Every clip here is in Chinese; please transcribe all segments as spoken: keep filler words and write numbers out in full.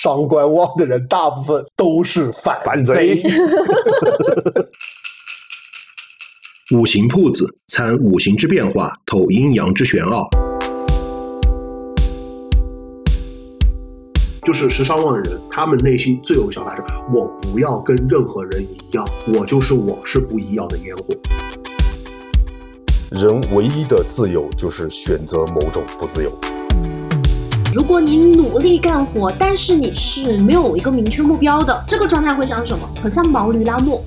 伤官旺的人大部分都是反反贼。 五行铺子参五行之变化，透阴阳之玄奥。 就是时尚旺的人，他们内心最有想法是：我不要跟任何人一样，我就是我，是不一样的烟火。 人唯一的自由就是选择某种不自由。 如果你努力干活，但是你是没有一个明确目标的，这个状态会像什么？很像毛驴拉磨。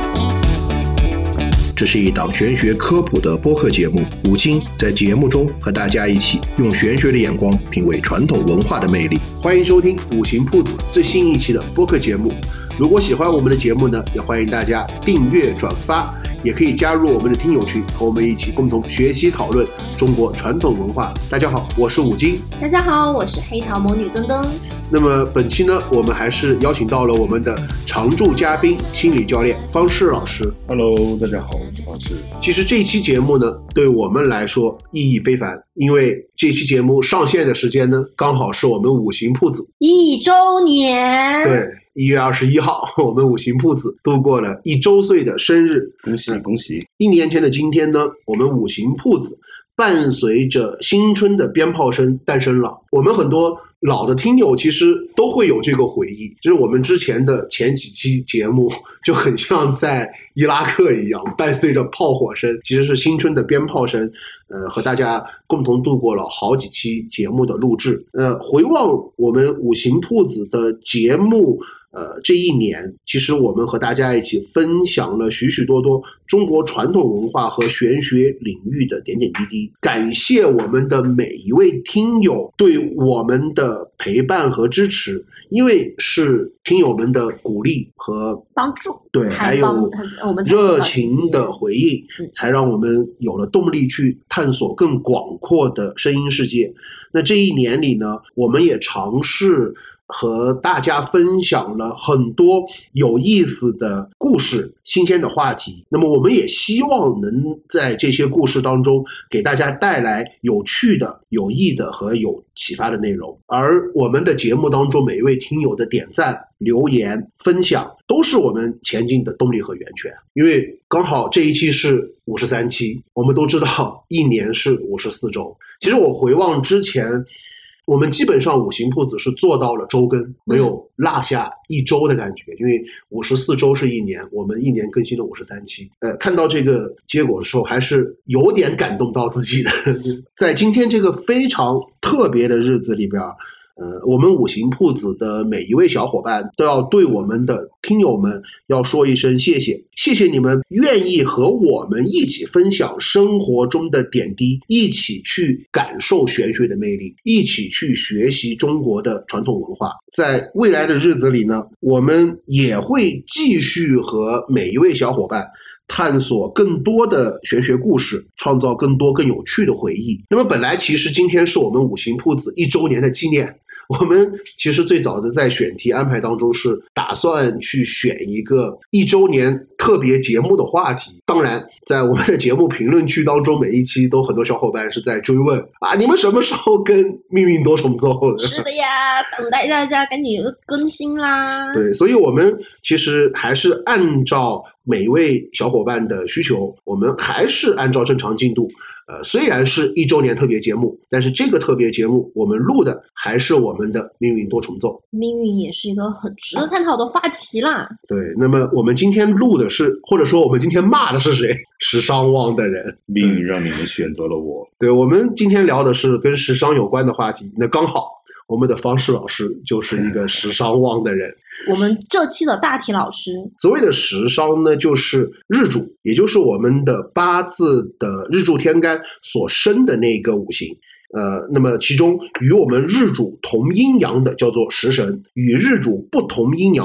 这是一档玄学科普的播客节目，五金在节目中和大家一起用玄学的眼光品味传统文化的魅力。 欢迎收听五行铺子最新一期的播客节目。如果喜欢我们的节目呢，也欢迎大家订阅转发，也可以加入我们的听友群，和我们一起共同学习讨论中国传统文化。大家好，我是五金。 大家好，我是黑桃魔女登登。 那么本期呢，我们还是邀请到了我们的常驻嘉宾心理教练方式老师。 Hello， 大家好，我是方式。 其实这一期节目呢，对我们来说意义非凡，因为这期节目上线的时间呢，刚好是我们五行铺子一周年。 对，一月二十一号，我们五行铺子度过了一周岁的生日， 恭喜恭喜！ 一年前的今天呢，我们五行铺子伴随着新春的鞭炮声诞生了。我们很多老的听友其实都会有这个回忆，就是我们之前的前几期节目就很像在伊拉克一样，伴随着炮火声，其实是新春的鞭炮声，呃，和大家共同度过了好几期节目的录制。呃，回望我们五行铺子的节目，呃，这一年，其实我们和大家一起分享了许许多多中国传统文化和玄学领域的点点滴滴。感谢我们的每一位听友对我们的陪伴和支持，因为是听友们的鼓励和帮助， 对，还有热情的回应，才让我们有了动力去探索更广阔的声音世界。那这一年里呢，我们也尝试和大家分享了很多有意思的故事、新鲜的话题。那么我们也希望能在这些故事当中给大家带来有趣的、有益的和有启发的内容。而我们的节目当中每一位听友的点赞、留言、分享都是我们前进的动力和源泉。因为刚好这一期是五十三期，我们都知道一年是五十四周。其实我回望之前，我们基本上五行铺子是做到了周更，没有落下一周的感觉，因为五十四周是一年，我们一年更新了五十三期。呃，看到这个结果的时候，还是有点感动到自己的。在今天这个非常特别的日子里边，呃，我们五行铺子的每一位小伙伴都要对我们的听友们要说一声谢谢，谢谢你们愿意和我们一起分享生活中的点滴，一起去感受玄学的魅力，一起去学习中国的传统文化。在未来的日子里呢，我们也会继续和每一位小伙伴探索更多的玄学故事，创造更多更有趣的回忆。那么本来其实今天是我们五行铺子一周年的纪念，我们其实最早的在选题安排当中是打算去选一个一周年特别节目的话题。当然在我们的节目评论区当中，每一期都很多小伙伴是在追问啊，你们什么时候跟命运多重奏的？ 是的呀，等待大家赶紧更新啦。 对，所以我们其实还是按照每一位小伙伴的需求，我们还是按照正常进度。呃，虽然是一周年特别节目，但是这个特别节目我们录的还是我们的命运多重奏。 命运也是一个很值得探讨的话题啦。 对，那么我们今天录的是，或者说我们今天骂的是谁？时尚旺的人。 命运让你们选择了我。 对，我们今天聊的是跟时尚有关的话题，那刚好我们的方式老师就是一个时尚旺的人。 我们这期的大体老师， 所谓的时商呢，就是日主，也就是我们的八字的日柱天干所生的那个五行。呃，那么其中与我们日主同阴阳的叫做食神，与日主不同阴阳的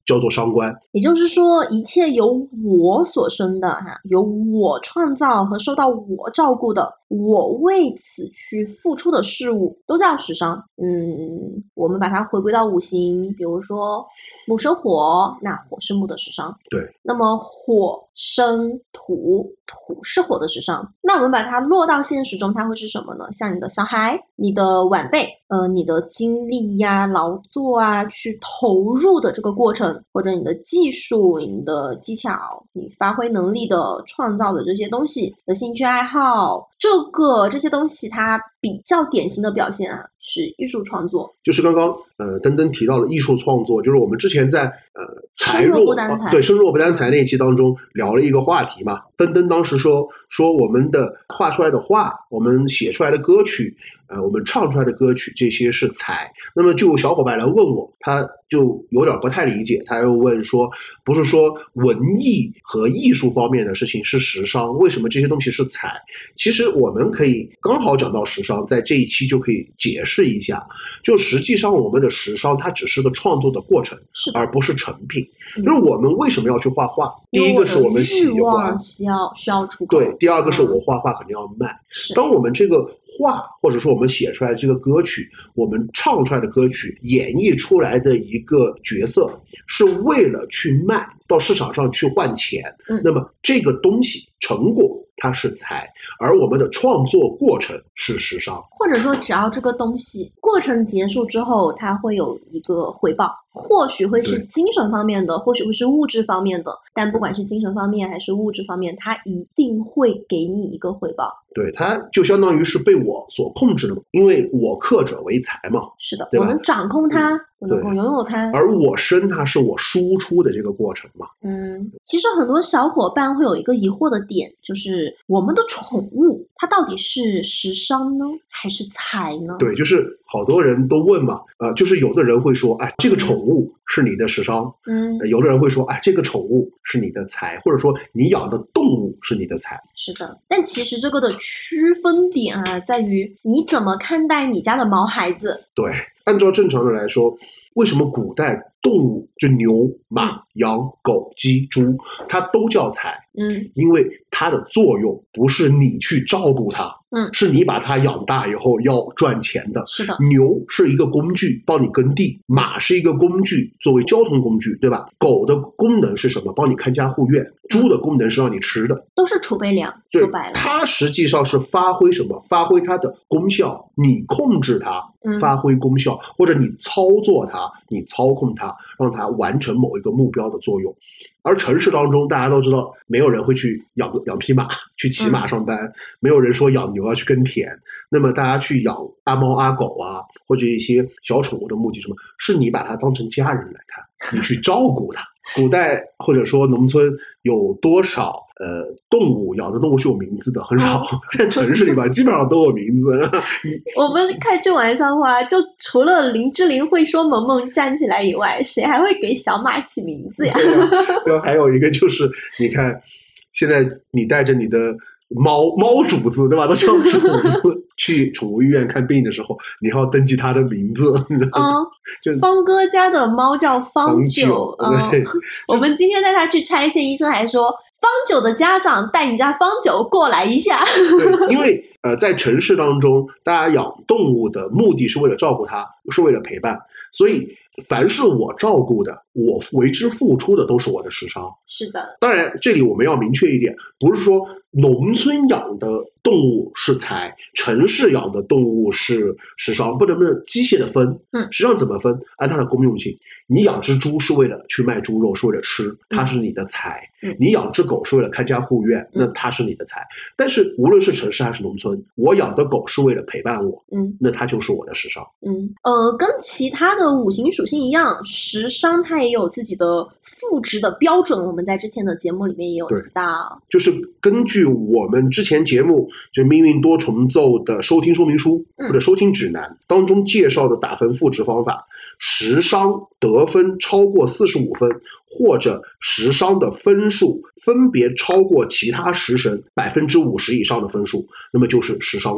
叫做伤官。 也就是说，一切由我所生的哈，由我创造和受到我照顾的，我为此去付出的事物，都叫食伤。嗯，我们把它回归到五行，比如说木生火，那火是木的食伤。 对， 那么火生土，土是火的食伤。那我们把它落到现实中，它会是什么呢？像你的小孩、你的晚辈，呃，你的精力呀、劳作啊，去投入的这个过程，或者你的技术、你的技巧、你发挥能力的创造的这些东西的兴趣爱好，这个这些东西它比较典型的表现啊，是艺术创作。 就是刚刚呃登登提到了艺术创作，就是我们之前在呃才弱弱、呃、对生弱不单才那一期当中聊了一个话题嘛。登登当时说说我们的画出来的画，我们写出来的歌曲，呃我们唱出来的歌曲，这些是才。那么就有小伙伴来问我，他就有点不太理解，他又问说，不是说文艺和艺术方面的事情是时尚，为什么这些东西是才？其实我们可以刚好讲到时尚，在这一期就可以解释一下，就实际上我们的时尚它只是个创作的过程，而不是成品。 嗯、 就是我们为什么要去画画？第一个是我们喜欢， 需要需要出口。 对，第二个是我画画肯定要卖。 嗯、 当我们这个画或者说我们写出来的这个歌曲，我们唱出来的歌曲，演绎出来的一个角色，是为了去卖，到市场上去换钱。 嗯、 那么这个东西成果它是才，而我们的创作过程是时尚。 或者说只要这个东西过程结束之后，它会有一个回报，或许会是精神方面的，或许会是物质方面的，但不管是精神方面还是物质方面，它一定会给你一个回报。 对，它就相当于是被我所控制的嘛，因为我克者为才嘛。 是的， 对吧？ 我能掌控它， 嗯、 我能够拥有它。 而我生它是我输出的这个过程嘛。 嗯，其实很多小伙伴会有一个疑惑的点，就是我们的宠物它到底是时尚呢，还是才呢？ 对，就是好多人都问嘛，呃，就是有的人会说，哎，这个宠物是你的时尚， 嗯、 呃，有的人会说，哎，这个宠物是你的才，或者说你养的动物是你的才。 是的，但其实这个的区分点啊，在于你怎么看待你家的毛孩子。 对，按照正常的来说，为什么古代动物就牛、马、羊、狗、鸡、猪，它都叫才？ 嗯， 因为它的作用不是你去照顾它， 嗯， 是你把它养大以后要赚钱的。 是的， 牛是一个工具，帮你耕地；马是一个工具，作为交通工具，对吧？狗的功能是什么？帮你看家护院。猪的功能是让你吃的， 都是储备粮。 对， 说白了， 它实际上是发挥什么？发挥它的功效，你控制它，发挥功效，嗯、或者你操作它，你操控它，让它完成某一个目标的作用。而城市当中，大家都知道，没有人会去养养匹马，去骑马上班，嗯、没有人说养牛要去耕田。那么大家去养阿猫阿狗啊，或者一些小宠物的目的是什么？是你把它当成家人来看，你去照顾它。古代或者说农村有多少呃动物养的动物是有名字的？很少，在城市里边基本上都有名字。 我们开句玩笑话，就除了林志玲会说萌萌站起来以外，谁还会给小马起名字呀？ 然后还有一个就是，你看现在你带着你的猫猫主子，对吧？都叫主子去宠物医院看病的时候，你要登记它的名字。 嗯， 就是方哥家的猫叫方九。 嗯，我们今天带他去拆线，医生还说方九的家长带你家方九过来一下。 对，因为呃，在城市当中，大家养动物的目的是为了照顾它，是为了陪伴，所以凡是我照顾的，我为之付出的都是我的时尚。 是的， 当然这里我们要明确一点，不是说农村养的动物是才，城市养的动物是时尚，不能不能机械的分。 嗯， 实际上怎么分？按它的功用性。你养只猪是为了去卖猪肉，是为了吃，它是你的才。 嗯， 你养只狗是为了看家护院，那它是你的才。但是无论是城市还是农村，我养的狗是为了陪伴我， 嗯， 那它就是我的时尚。 嗯，呃，跟其他的五行属性一样，时尚它也有自己的赋值的标准，我们在之前的节目里面也有提到， 就是根据我们之前节目就命运多重奏的收听说明书或者收听指南当中介绍的打分赋值方法，时尚得分超过四十五分，或者时尚的分数分别超过其他食神百分之五十以上的分数，那么就是时尚旺。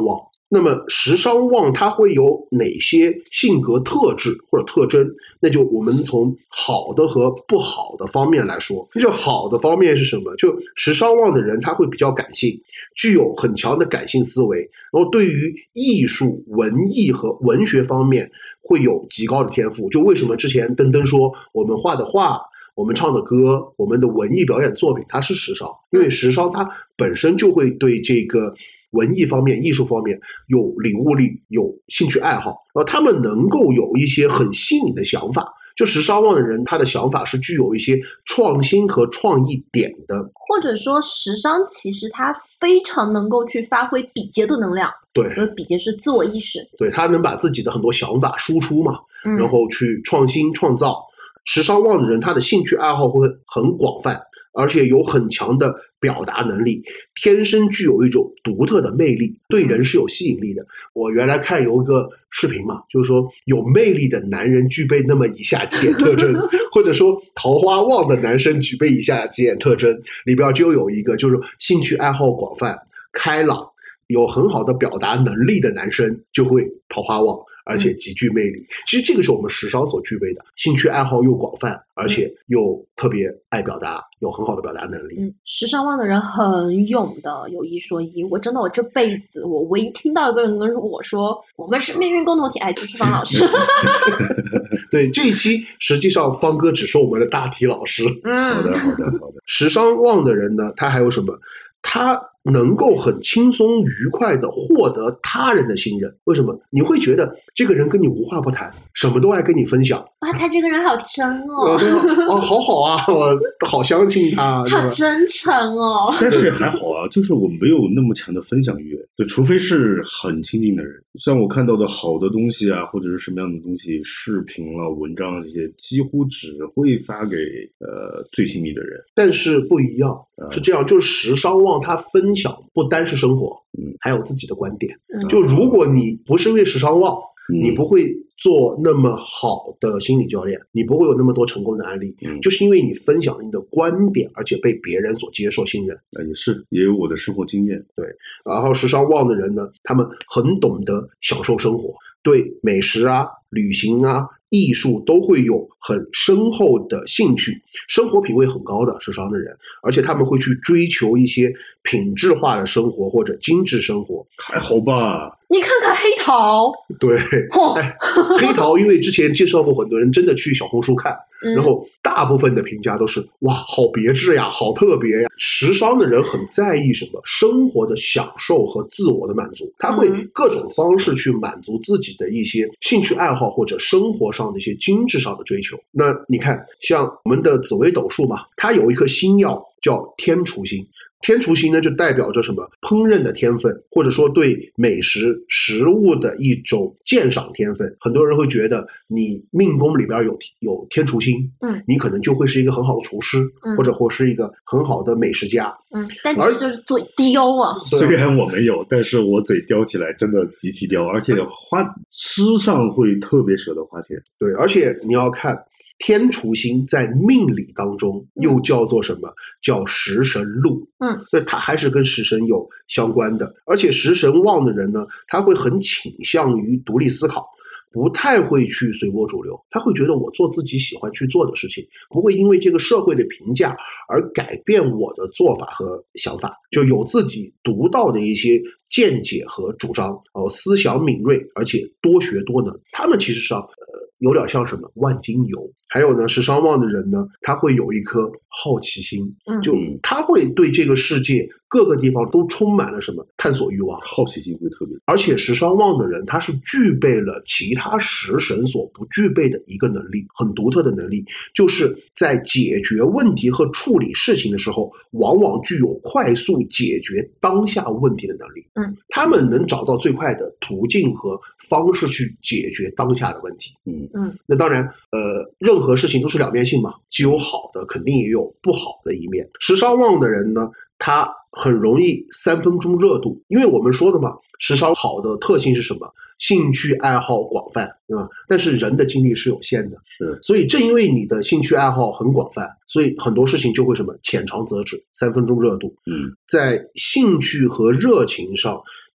那么食伤旺它会有哪些性格特质或者特征？那就我们从好的和不好的方面来说。就好的方面是什么？就食伤旺的人他会比较感性，具有很强的感性思维，然后对于艺术、文艺和文学方面会有极高的天赋。就为什么之前登登说我们画的画，我们唱的歌，我们的文艺表演作品它是食伤，因为食伤它本身就会对这个文艺方面、艺术方面有领悟力、有兴趣爱好，然后他们能够有一些很细腻的想法。就食伤旺的人，他的想法是具有一些创新和创意点的， 或者说食伤其实他非常能够去发挥比劫的能量。 对， 因为比劫是自我意识， 对，他能把自己的很多想法输出嘛， 嗯、 然后去创新创造。食伤旺的人，他的兴趣爱好会很广泛，而且有很强的表达能力，天生具有一种独特的魅力，对人是有吸引力的。我原来看有一个视频嘛，就是说有魅力的男人具备那么以下几点特征，或者说桃花旺的男生具备以下几点特征，里边就有一个就是兴趣爱好广泛、开朗、有很好的表达能力的男生就会桃花旺，而且极具魅力。其实这个是我们食伤所具备的，兴趣爱好又广泛，而且又特别爱表达，有很好的表达能力。 嗯，食伤旺的人很勇的，有一说一，我真的我这辈子我唯一听到一个人跟我说我们是命运共同体，哎，就是方老师。 对，这一期实际上方哥只是我们的大体老师。 嗯， 好的好的好的。 食伤旺的人呢，他还有什么？他能够很轻松愉快地获得他人的信任。为什么？你会觉得这个人跟你无话不谈，什么都爱跟你分享。 哇，他这个人好真哦！ 呃、对啊，哦，好好啊，我好相信他， 好真诚哦。 但是还好啊，就是我没有那么强的分享欲，就除非是很亲近的人，像我看到的好的东西啊，或者是什么样的东西，视频啊、文章啊这些，几乎只会发给呃最亲密的人。 但是不一样，是这样，就是食伤旺，他分享不单是生活，嗯，还有自己的观点。 嗯、 就如果你不是因为食伤旺， 嗯、 你不会做那么好的心理教练，你不会有那么多成功的案例， 嗯、 就是因为你分享你的观点，而且被别人所接受信任。 啊，也是，也有我的生活经验。 对，然后食伤旺的人呢，他们很懂得享受生活，对美食啊、旅行啊、艺术都会有很深厚的兴趣，生活品味很高的食伤的人，而且他们会去追求一些品质化的生活或者精致生活。 还好吧？ 你看看黑桃， 对， 哦、 哎，黑桃，因为之前介绍过，很多人真的去小红书看， 嗯、 然后大部分的评价都是哇，好别致呀，好特别呀。食伤的人很在意什么？生活的享受和自我的满足，他会各种方式去满足自己的一些兴趣爱好或者生活上的一些精致上的追求。那你看，像我们的紫微斗数嘛，它有一颗星曜叫天厨星。天厨星呢，就代表着什么？烹饪的天分，或者说对美食食物的一种鉴赏天分。很多人会觉得你命宫里边有有天厨星， 嗯， 你可能就会是一个很好的厨师， 嗯、或者或是一个很好的美食家。 嗯，但其实就是嘴刁啊。 虽然我没有，但是我嘴刁起来真的极其刁，而且花吃上会特别舍得花钱。 对，而且你要看。天厨星在命理当中又叫做什么？嗯、叫食神禄。 嗯， 所以它还是跟食神有相关的。而且食神旺的人呢，他会很倾向于独立思考，不太会去随波逐流。他会觉得我做自己喜欢去做的事情，不会因为这个社会的评价而改变我的做法和想法，就有自己独到的一些见解和主张，呃，思想敏锐，而且多学多能。他们其实上，呃，有点像什么万金油。还有呢，食伤旺的人呢，他会有一颗好奇心，就他会对这个世界各个地方都充满了什么探索欲望， 好奇心会特别。 而且食伤旺的人，他是具备了其他食神所不具备的一个能力，很独特的能力，就是在解决问题和处理事情的时候，往往具有快速解决当下问题的能力。 嗯， 他们能找到最快的途径和方式去解决当下的问题。 嗯嗯， 那当然，呃，任何事情都是两面性嘛，既有好的，肯定也有不好的一面。食伤旺的人呢，他很容易三分钟热度，因为我们说的嘛，食伤好的特性是什么？兴趣爱好广泛，对吧？但是人的精力是有限的， 是， 所以正因为你的兴趣爱好很广泛，所以很多事情就会什么浅尝辄止，三分钟热度。 嗯， 在兴趣和热情上，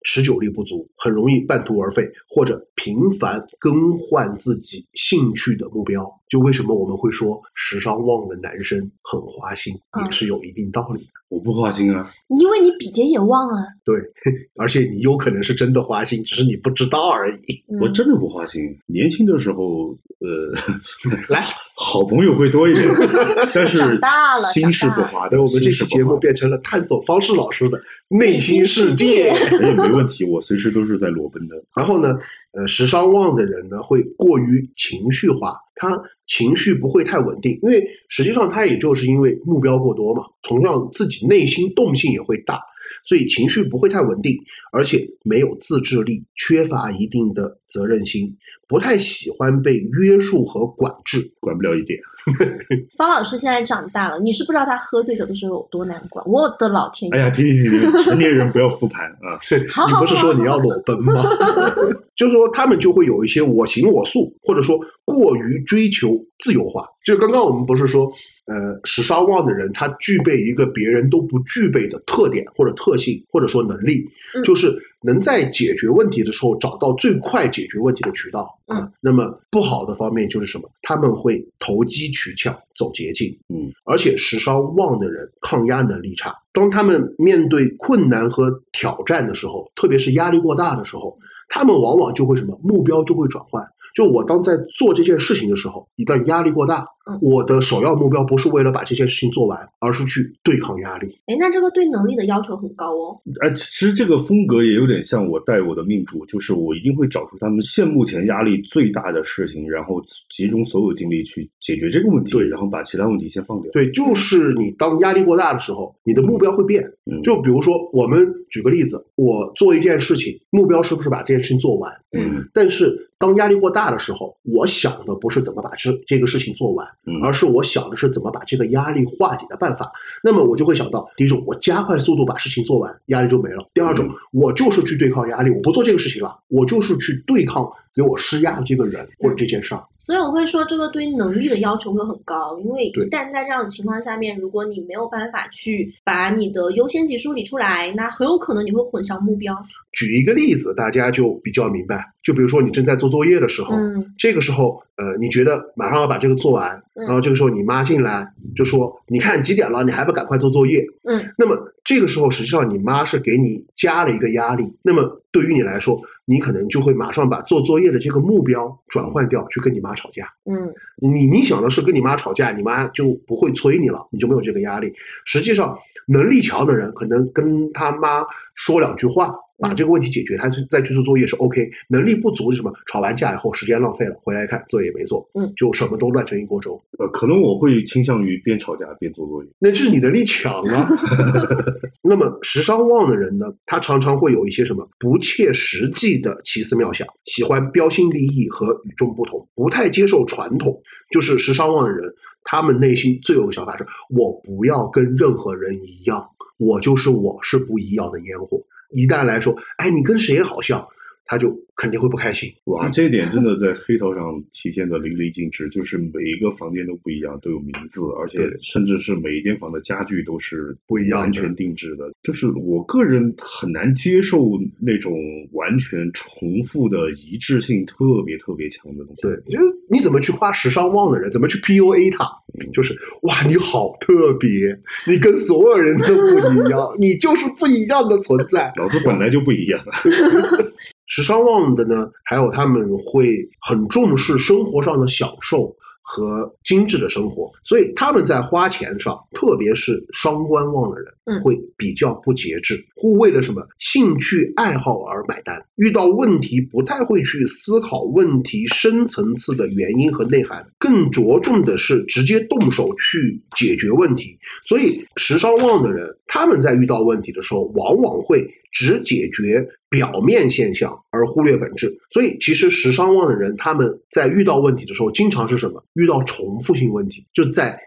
持久力不足，很容易半途而废，或者频繁更换自己兴趣的目标。就为什么我们会说时尚旺的男生很花心，也是有一定道理的。 我不花心啊， 因为你比劫也旺啊。 对，而且你有可能是真的花心，只是你不知道而已。 嗯、 我真的不花心，年轻的时候，呃， 来， 好朋友会多一点，但是心是不花的。 我们这期节目变成了探索方式老师的内心世界。 哎，没问题，我随时都是在裸奔的。 然后呢，呃，时尚旺的人呢，会过于情绪化，他情绪不会太稳定，因为实际上他也就是因为目标过多嘛，同样自己内心动性也会大，所以情绪不会太稳定，而且没有自制力，缺乏一定的责任心，不太喜欢被约束和管制， 管不了一点。 方老师现在长大了，你是不知道他喝醉酒的时候有多难管。我的老天爷！ 哎呀，停停停停，成年人不要复盘啊！ 你不是说你要裸奔吗？就是说他们就会有一些我行我素，或者说过于追求自由化。就刚刚我们不是说，呃，时尚旺的人他具备一个别人都不具备的特点或者特性，或者说能力， 嗯、 就是能在解决问题的时候找到最快解决问题的渠道。 嗯、 啊，那么不好的方面就是什么？他们会投机取巧，走捷径。 嗯， 而且时尚旺的人抗压能力差，当他们面对困难和挑战的时候，特别是压力过大的时候，他们往往就会什么？目标就会转换。就我当在做这件事情的时候，一旦压力过大， 嗯、 我的首要目标不是为了把这件事情做完，而是去对抗压力。 哎，那这个对能力的要求很高哦。 哎，其实这个风格也有点像我带我的命主，就是我一定会找出他们现目前压力最大的事情，然后集中所有精力去解决这个问题， 对， 然后把其他问题先放掉。 对，就是你当压力过大的时候，你的目标会变。 嗯、 就比如说，我们举个例子，我做一件事情，目标是不是把这件事情做完？ 嗯， 但是当压力过大的时候，我想的不是怎么把这这个事情做完， 嗯、 而是我想的是怎么把这个压力化解的办法。那么我就会想到，第一种，我加快速度把事情做完，压力就没了；第二种， 嗯、 我就是去对抗压力，我不做这个事情了，我就是去对抗给我施压的这个人或者这件事儿。 所以我会说，这个对能力的要求会很高，因为一旦在这样的情况下面，如果你没有办法去把你的优先级梳理出来，那很有可能你会混淆目标。 举一个例子，大家就比较明白。就比如说你正在做作业的时候， 嗯、 这个时候，呃，你觉得马上要把这个做完， 嗯、 然后这个时候你妈进来就说：“你看几点了，你还不赶快做作业？” 嗯， 那么这个时候实际上你妈是给你加了一个压力。那么对于你来说，你可能就会马上把做作业的这个目标转换掉，去跟你妈吵架。 嗯， 你你想的是跟你妈吵架，你妈就不会催你了，你就没有这个压力。实际上，能力强的人可能跟他妈说两句话，把这个问题解决，他再去做作业是 OK。能力不足是什么？吵完架以后时间浪费了，回来看作业也没做， 嗯， 就什么都乱成一锅粥。 呃，可能我会倾向于边吵架边做作业， 那就是你能力强啊。那么时尚旺的人呢，他常常会有一些什么不切实际的奇思妙想，喜欢标新立异和与众不同，不太接受传统。就是时尚旺的人，他们内心最有想法是：我不要跟任何人一样，我就是我，是不一样的烟火。一旦来说，哎，你跟谁好像，他就肯定会不开心。 哇，这一点真的在黑桃上体现的淋漓尽致，就是每一个房间都不一样，都有名字，而且甚至是每一间房的家具都是不一样， 完全定制的。就是我个人很难接受那种完全重复的一致性特别特别强的东西。 对，就是你怎么去夸时尚旺的人，怎么去 P U A 他，就是哇，你好特别，你跟所有人都不一样，你就是不一样的存在。 老子本来就不一样。 时尚旺的呢，还有他们会很重视生活上的享受和精致的生活，所以他们在花钱上，特别是伤官旺的人，会比较不节制，会为了什么兴趣爱好而买单，遇到问题不太会去思考问题深层次的原因和内涵，更着重的是直接动手去解决问题。所以时尚旺的人，他们在遇到问题的时候，往往会只解决表面现象而忽略本质。所以其实时尚旺的人，他们在遇到问题的时候，经常是什么？遇到重复性问题，就在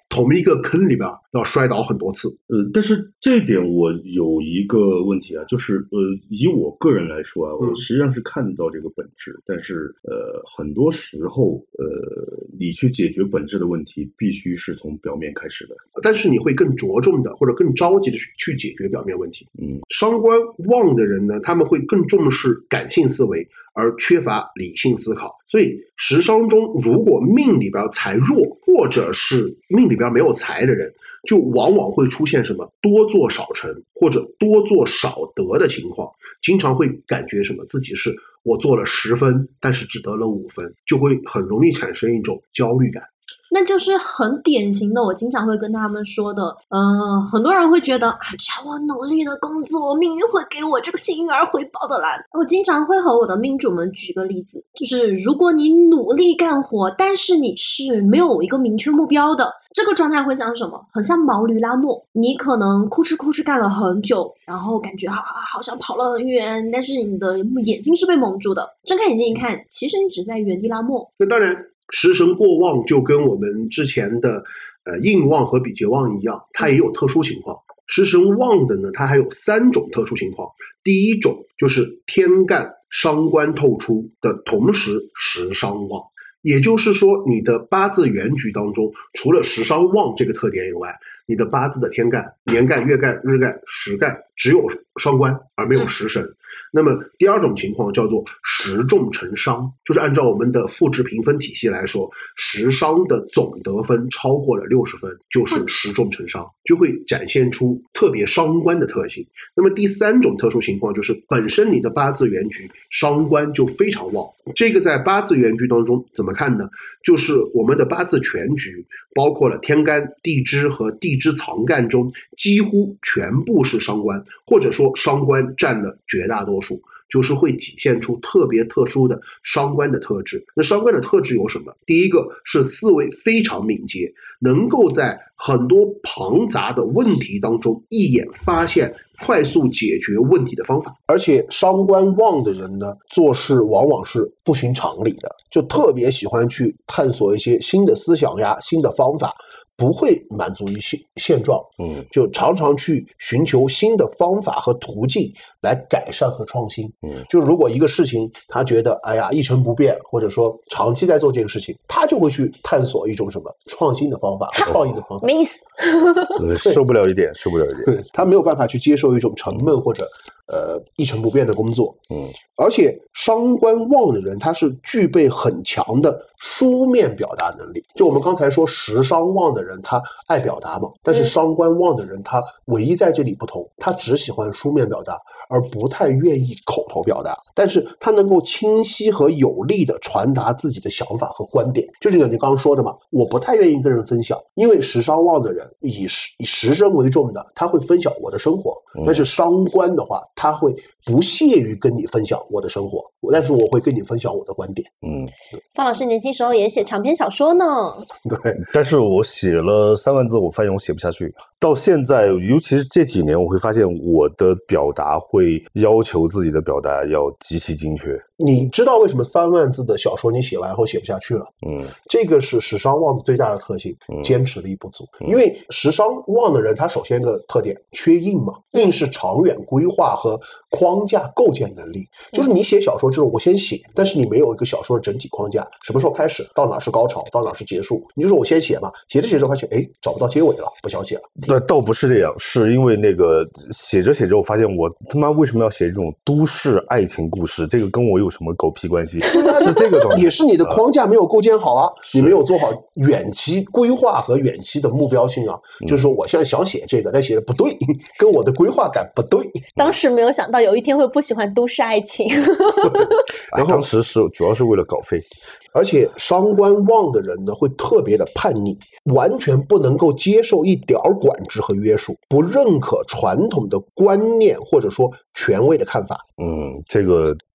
同一个坑里边要摔倒很多次。 呃，但是这点我有一个问题啊，就是呃，以我个人来说啊，我实际上是看到这个本质，嗯、但是呃，很多时候呃，你去解决本质的问题，必须是从表面开始的。 但是你会更着重的或者更着急的去解决表面问题。 嗯， 伤官旺的人呢，他们会更重视感性思维，而缺乏理性思考。所以食伤中如果命里边财弱，或者是命里边没有财的人，就往往会出现什么多做少成或者多做少得的情况，经常会感觉什么自己是我做了十分但是只得了五分，就会很容易产生一种焦虑感。 那就是很典型的，我经常会跟他们说的，嗯、呃，很多人会觉得啊，只要我努力的工作，命运会给我这个幸运儿回报的来。我经常会和我的命主们举个例子，就是如果你努力干活，但是你是没有一个明确目标的，这个状态会像什么？很像毛驴拉磨，你可能哭哧哭哧干了很久，然后感觉啊好像跑了很远，但是你的眼睛是被蒙住的，睁开眼睛一看，其实你只在原地拉磨。 那当然食神过旺就跟我们之前的呃印旺和比劫旺一样，它也有特殊情况。食神旺的呢，它还有三种特殊情况。第一种就是天干伤官透出的同时食伤旺，也就是说你的八字原局当中，除了食伤旺这个特点以外，你的八字的天干、年干、月干、日干、时干只有伤官而没有食神。那么第二种情况叫做食重成伤，就是按照我们的复制评分体系来说，食伤的总得分超过了六十分，就是食重成伤，就会展现出特别伤官的特性。那么第三种特殊情况就是本身你的八字原局伤官就非常旺，这个在八字原局当中怎么看呢？就是我们的八字全局包括了天干、地支和地支藏干中几乎全部是伤官，或者说伤官占了绝大多数，就是会体现出特别特殊的伤官的特质。那伤官的特质有什么？第一个是思维非常敏捷，能够在很多庞杂的问题当中一眼发现快速解决问题的方法。 而且伤官旺的人呢，做事往往是不循常理的，就特别喜欢去探索一些新的思想呀、新的方法，不会满足于现现状，嗯，就常常去寻求新的方法和途径来改善和创新。嗯，就如果一个事情他觉得哎呀一成不变，或者说长期在做这个事情，他就会去探索一种什么创新的方法、创意的方法。 没意思， 受不了一点，受不了一点。 他没有办法去接受一种沉闷或者呃一成不变的工作。嗯，而且伤官旺的人，他是具备很强的书面表达能力。就我们刚才说食伤旺的人他爱表达嘛，但是伤官旺的人他唯一在这里不同，他只喜欢书面表达，而不太愿意口头表达，但是他能够清晰和有力的传达自己的想法和观点。就是你刚刚说的嘛，我不太愿意跟人分享，因为食伤旺的人以食以食神为重的，他会分享我的生活，但是伤官的话他会不屑于跟你分享我的生活，但是我会跟你分享我的观点。嗯， 方老师年轻时候也写长篇小说呢。 对， 但是我写了三万字，我发现我写不下去。到现在，尤其是这几年，我会发现我的表达会要求自己的表达要极其精确。 你知道为什么三万字的小说你写完后写不下去了？嗯，这个是食伤旺的最大的特性，坚持力不足。嗯、因为食伤旺的人，他首先个特点缺印嘛，印是长远规划和框架构建能力。就是你写小说之后，我先写，但是你没有一个小说的整体框架，什么时候开始，到哪是高潮，到哪是结束，你就说我先写嘛，写着写着发现，哎，找不到结尾了，不想写了。 那倒不是这样，是因为那个写着写着，我发现我他妈为什么要写这种都市爱情故事？这个跟我有什么狗屁关系？是这个东西， 也是你的框架没有构建好啊，你没有做好远期规划和远期的目标性啊。嗯、就是说，我现在想写这个，但写的不对，跟我的规划感不对。 当时没有想到有一天会不喜欢都市爱情。 然后当时是主要是为了稿费。 而且伤官旺的人呢，会特别的叛逆，完全不能够接受一点管制和约束，不认可传统的观念或者说权威的看法。 嗯，这个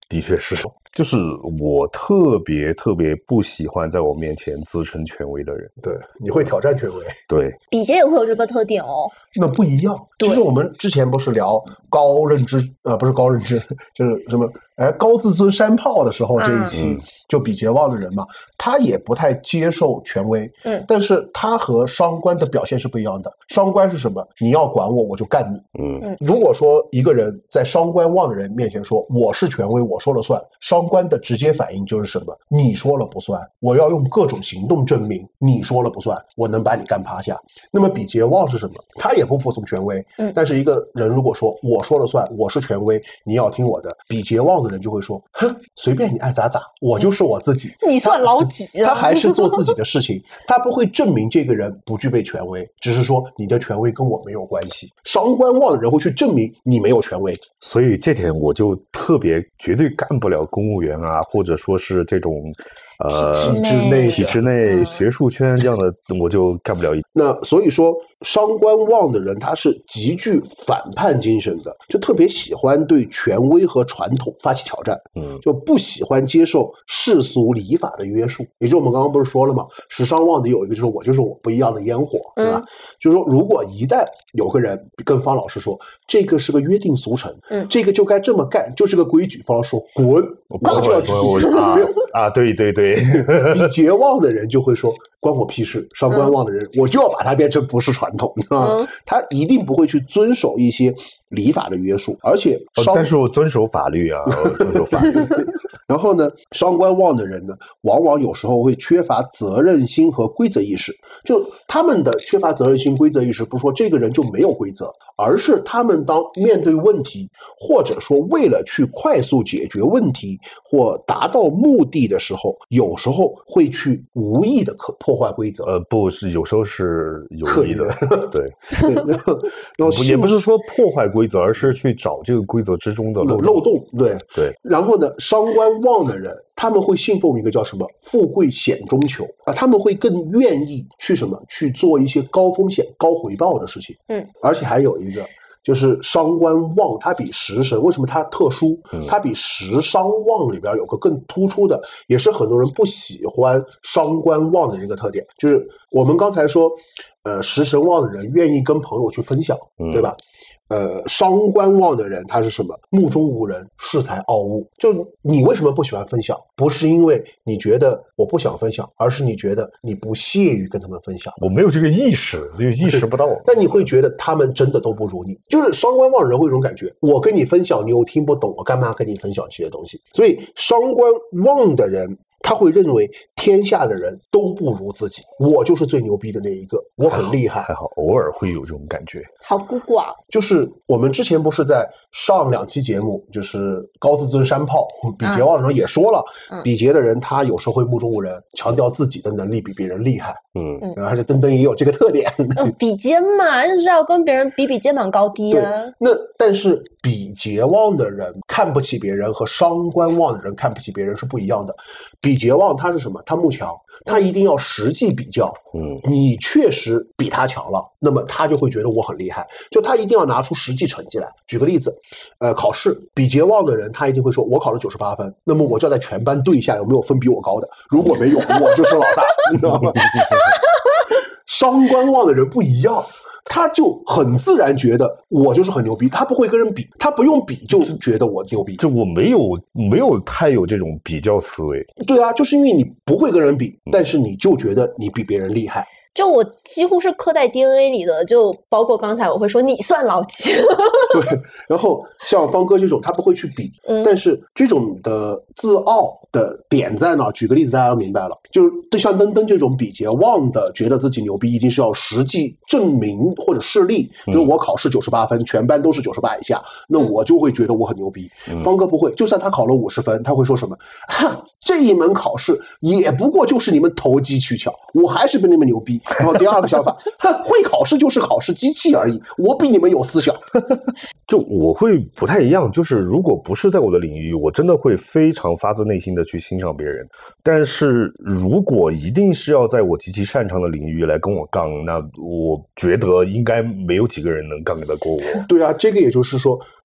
的确是，就是我特别特别不喜欢在我面前自称权威的人。 对，你会挑战权威。 对， 比劫也会有这个特点哦。 那不一样。其实我们之前不是聊高认知，呃，不是高认知，就是什么，哎，高自尊山炮的时候，这一期、嗯、就比劫旺的人嘛，他也不太接受权威。嗯，但是他和商官的表现是不一样的。商官是什么？你要管我，我就干你。嗯，如果说一个人在商官旺的人面前说我是权威，我说了算，商官的直接反应就是什么？你说了不算，我要用各种行动证明你说了不算，我能把你干趴下。那么比劫旺是什么？他也不服从权威。嗯，但是一个人如果说我说了算，我是权威，你要听我的，比劫旺的人就会说，哼，随便你爱咋咋，我就是我自己。 你算老几啊？ 他还是做自己的事情，他不会证明这个人不具备权威，只是说你的权威跟我没有关系。商官旺的人会去证明你没有权威， 所以这点我就特别绝对干不了公务员啊，或者说是这种呃体制内体制内学术圈这样的，我就干不了。 那所以说商官旺的人他是极具反叛精神的，就特别喜欢对权威和传统发起挑战，嗯，就不喜欢接受世俗礼法的约束。也就我们刚刚不是说了吗？时商旺的有一个就是我就是我不一样的烟火，对吧？嗯、就是说如果一旦有个人跟方老师说这个是个约定俗成，嗯，这个就该这么干，就是个规矩，方老师说滚，我就要气啊啊！对对对， 比劫旺的人就会说关我屁事，商官旺的人、嗯、我就要把它变成不是传统，你知道吗？嗯、他一定不会去遵守一些礼法的约束，而且商、哦、但是我遵守法律啊，我遵守法律。 然后呢，商官旺的人呢，往往有时候会缺乏责任心和规则意识。就他们的缺乏责任心、规则意识，不是说这个人就没有规则，而是他们当面对问题，或者说为了去快速解决问题或达到目的的时候，有时候会去无意的破坏规则。 呃，不是，有时候是有意的，对。 对，然后然后也不是说破坏规则，而是去找这个规则之中的漏洞。 漏洞，对对。 然后呢，商官旺的人，他们会信奉一个叫什么“富贵险中求”啊，他们会更愿意去什么去做一些高风险高回报的事情。嗯，而且还有一个就是商官旺，它比食神为什么它特殊？它比食商旺里边有个更突出的，也是很多人不喜欢商官旺的一个特点，就是我们刚才说，呃，食神旺的人愿意跟朋友去分享，对吧？呃，商官旺的人他是什么？目中无人，恃才傲物。就你为什么不喜欢分享？不是因为你觉得我不想分享，而是你觉得你不屑于跟他们分享。 我没有这个意识，就意识不到。 但你会觉得他们真的都不如你。就是商官旺人会有一种感觉，我跟你分享，你又听不懂，我干嘛跟你分享这些东西？所以商官旺的人，他会认为天下的人都不如自己，我就是最牛逼的那一个，我很厉害。 还好，偶尔会有这种感觉。 好孤寡。 就是我们之前不是在上两期节目，就是高自尊山炮比劫旺的时候也说了，嗯、比劫的人他有时候会目中无人，强调自己的能力比别人厉害。嗯，而且登登也有这个特点。 嗯、比肩嘛，就是要跟别人比比肩膀高低啊。 那但是比劫旺的人看不起别人和商官旺的人看不起别人是不一样的。比劫旺他是什么？他慕强，他一定要实际比较。嗯，你确实比他强了，那么他就会觉得我很厉害，就他一定要拿出实际成绩来。举个例子，呃，考试比劫旺的人，他一定会说，我考了九十八分，那么我就要在全班对一下有没有分比我高的，如果没有，我就是老大，你知道吗？商官旺的人不一样，他就很自然觉得我就是很牛逼，他不会跟人比，他不用比就觉得我牛逼。 就我没有没有太有这种比较思维。 对啊，就是因为你不会跟人比，但是你就觉得你比别人厉害。 就我几乎是刻在 D N A 里的，就包括刚才我会说你算老几。 对，然后像方哥这种他不会去比，嗯、但是这种的自傲的点在哪？举个例子大家要明白了，就是对像登登这种比劫旺的觉得自己牛逼，一定是要实际证明或者示例，嗯、就是我考试九十八分，全班都是九十八以下，那我就会觉得我很牛逼。嗯、方哥不会，就算他考了五十分，他会说什么？哈，这一门考试也不过就是你们投机取巧，我还是比你们牛逼。然后第二个想法，哼，会考试就是考试机器而已，我比你们有思想。 就我会不太一样，就是如果不是在我的领域，我真的会非常发自内心的去欣赏别人。但是如果一定是要在我极其擅长的领域来跟我杠，那我觉得应该没有几个人能杠得过我。 对啊，这个也就是说，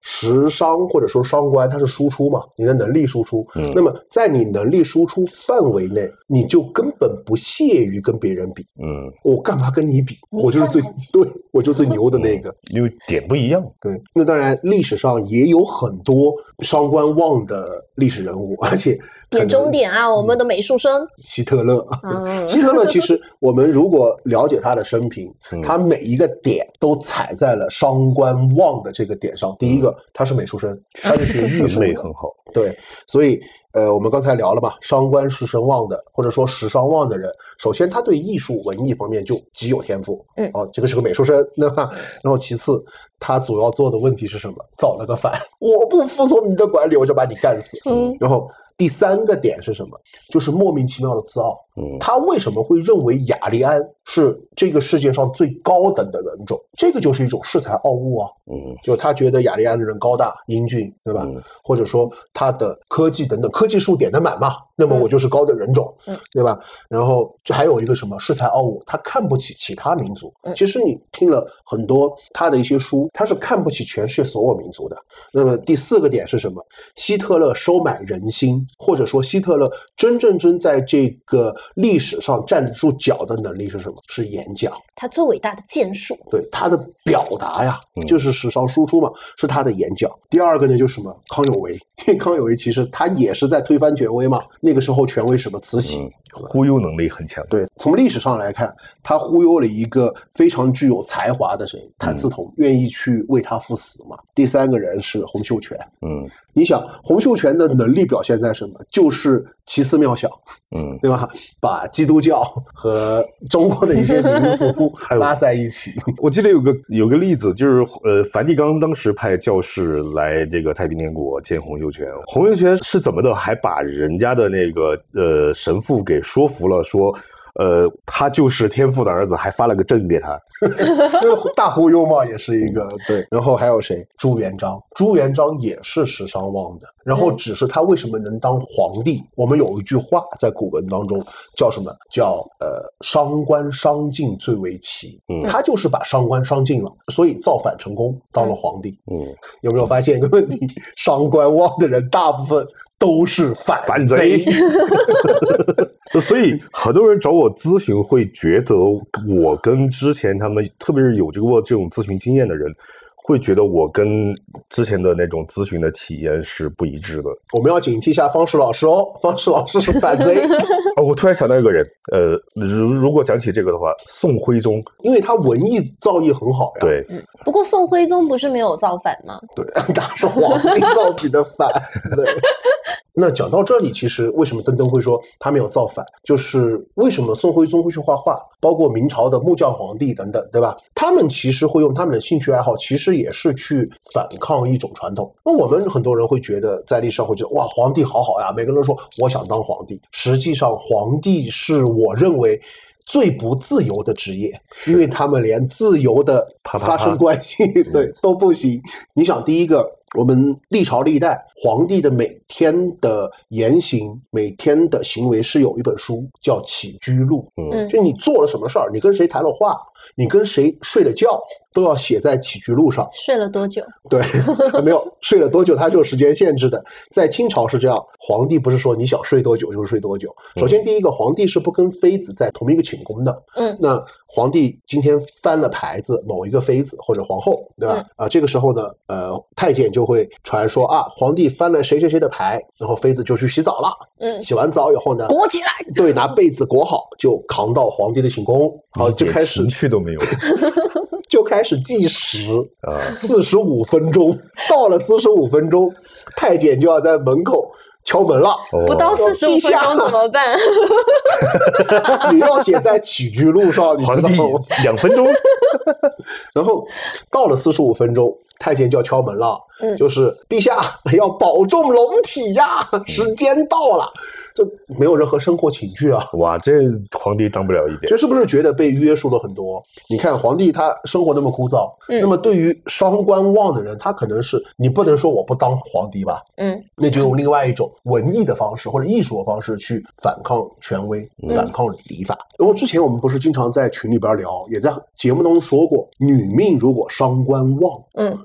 食伤或者说伤官，它是输出嘛，你的能力输出。嗯，那么在你能力输出范围内，你就根本不屑于跟别人比。嗯，我干嘛跟你比？我就是最对，我就最牛的那个， 因为点不一样。 对，那当然历史上也有很多伤官旺的历史人物，而且点中点啊，我们的美术生希特勒。嗯、希特勒其实我们如果了解他的生平，嗯、他每一个点都踩在了伤官旺的这个点上。第一个，他是美术生，他是学艺术的， 很好。 对，所以呃，我们刚才聊了嘛，伤官食神旺的，或者说食伤旺的人，首先他对艺术文艺方面就极有天赋。嗯，哦，这个是个美术生，对吧？然后其次，他主要做的问题是什么？造了个反，我不服从你的管理，我就把你干死。嗯，然后。第三个点是什么？就是莫名其妙的自傲。嗯，他为什么会认为雅利安是这个世界上最高等的人种？这个就是一种恃才傲物啊。嗯，就他觉得雅利安的人高大英俊，对吧？嗯、或者说他的科技等等科技树点得满嘛，那么我就是高的人种，嗯、对吧？然后还有一个什么恃才傲物，他看不起其他民族。嗯、其实你听了很多他的一些书，他是看不起全世界所有民族的。那么第四个点是什么？希特勒收买人心。或者说希特勒真正真在这个历史上站得住脚的能力是什么？是演讲。 他最伟大的建树， 对他的表达呀，就是史上输出嘛，是他的演讲。第二个呢，就是什么？康有为，因为康有为其实他也是在推翻权威嘛。那个时候权威什么慈禧， 嗯、忽悠能力很强。 对，从历史上来看，他忽悠了一个非常具有才华的谁？谭嗣同，嗯、愿意去为他赴死嘛。第三个人是洪秀全。嗯，你想洪秀全的能力表现在什么？就是奇思妙想，嗯，对吧？把基督教和中国的一些民俗拉在一起。 我记得有个有个例子，就是呃，梵蒂冈当时派教士来这个太平天国见洪秀全，洪秀全是怎么的，还把人家的那个呃神父给说服了，说。呃，他就是天父的儿子，还发了个证给他， 大忽悠嘛，也是一个对。然后还有谁？朱元璋，朱元璋也是食伤旺的，然后只是他为什么能当皇帝？我们有一句话在古文当中叫什么？叫呃伤官伤尽最为奇。嗯，他就是把伤官伤尽了，所以造反成功，当了皇帝。嗯，有没有发现一个问题？伤官旺的人大部分都是反反贼。所以很多人找我咨询会觉得我跟之前他们，特别是有这个这种咨询经验的人，会觉得我跟之前的那种咨询的体验是不一致的。 我们要警惕一下方式老师哦，方式老师是反贼。 哦，我突然想到一个人，呃，如如果讲起这个的话，宋徽宗， 因为他文艺造诣很好呀。 对， 嗯，不过宋徽宗不是没有造反吗？ 对，他是皇帝造起的反。对。那讲到这里，其实为什么登登会说他没有造反，就是为什么宋徽宗会去画画，包括明朝的木匠皇帝等等，对吧？他们其实会用他们的兴趣爱好，其实也是去反抗一种传统。那我们很多人会觉得，在历史上会觉得哇，皇帝好好呀，每个人都说我想当皇帝。实际上，皇帝是我认为最不自由的职业，因为他们连自由的发生关系对都不行。你想，第一个。我们历朝历代皇帝的每天的言行，每天的行为是有一本书叫起居录。嗯，就你做了什么事儿，你跟谁谈了话，你跟谁睡了觉，都要写在起居录上。 睡了多久？ 对，没有睡了多久，它就有时间限制的。在清朝是这样，皇帝不是说你想睡多久就睡多久。首先，第一个，皇帝是不跟妃子在同一个寝宫的。嗯，那皇帝今天翻了牌子，某一个妃子或者皇后，对吧？啊、嗯呃，这个时候呢，呃，太监就会传说啊，皇帝翻了谁谁谁的牌，然后妃子就去洗澡了。嗯，洗完澡以后呢， 裹起来， 对，拿被子裹好，就扛到皇帝的寝宫，好，就开始情趣都没有。 就开始计时啊，四十五分钟，到了四十五分钟，太监就要在门口敲门了。 不到四十五分钟怎么办？ 你要写在起居录上，你知道吗？ 两分钟。 然后到了四十五分钟，太监就要敲门了，嗯、就是陛下要保重龙体呀，时间到了。这没有任何生活情趣啊！ 哇，这皇帝当不了一点。 这是不是觉得被约束了很多？你看皇帝他生活那么枯燥，嗯、那么对于伤官旺的人，他可能是你不能说我不当皇帝吧？嗯，那就用另外一种文艺的方式或者艺术的方式去反抗权威，嗯、反抗礼法。然后之前我们不是经常在群里边聊，也在节目当中说过，女命如果伤官旺，嗯，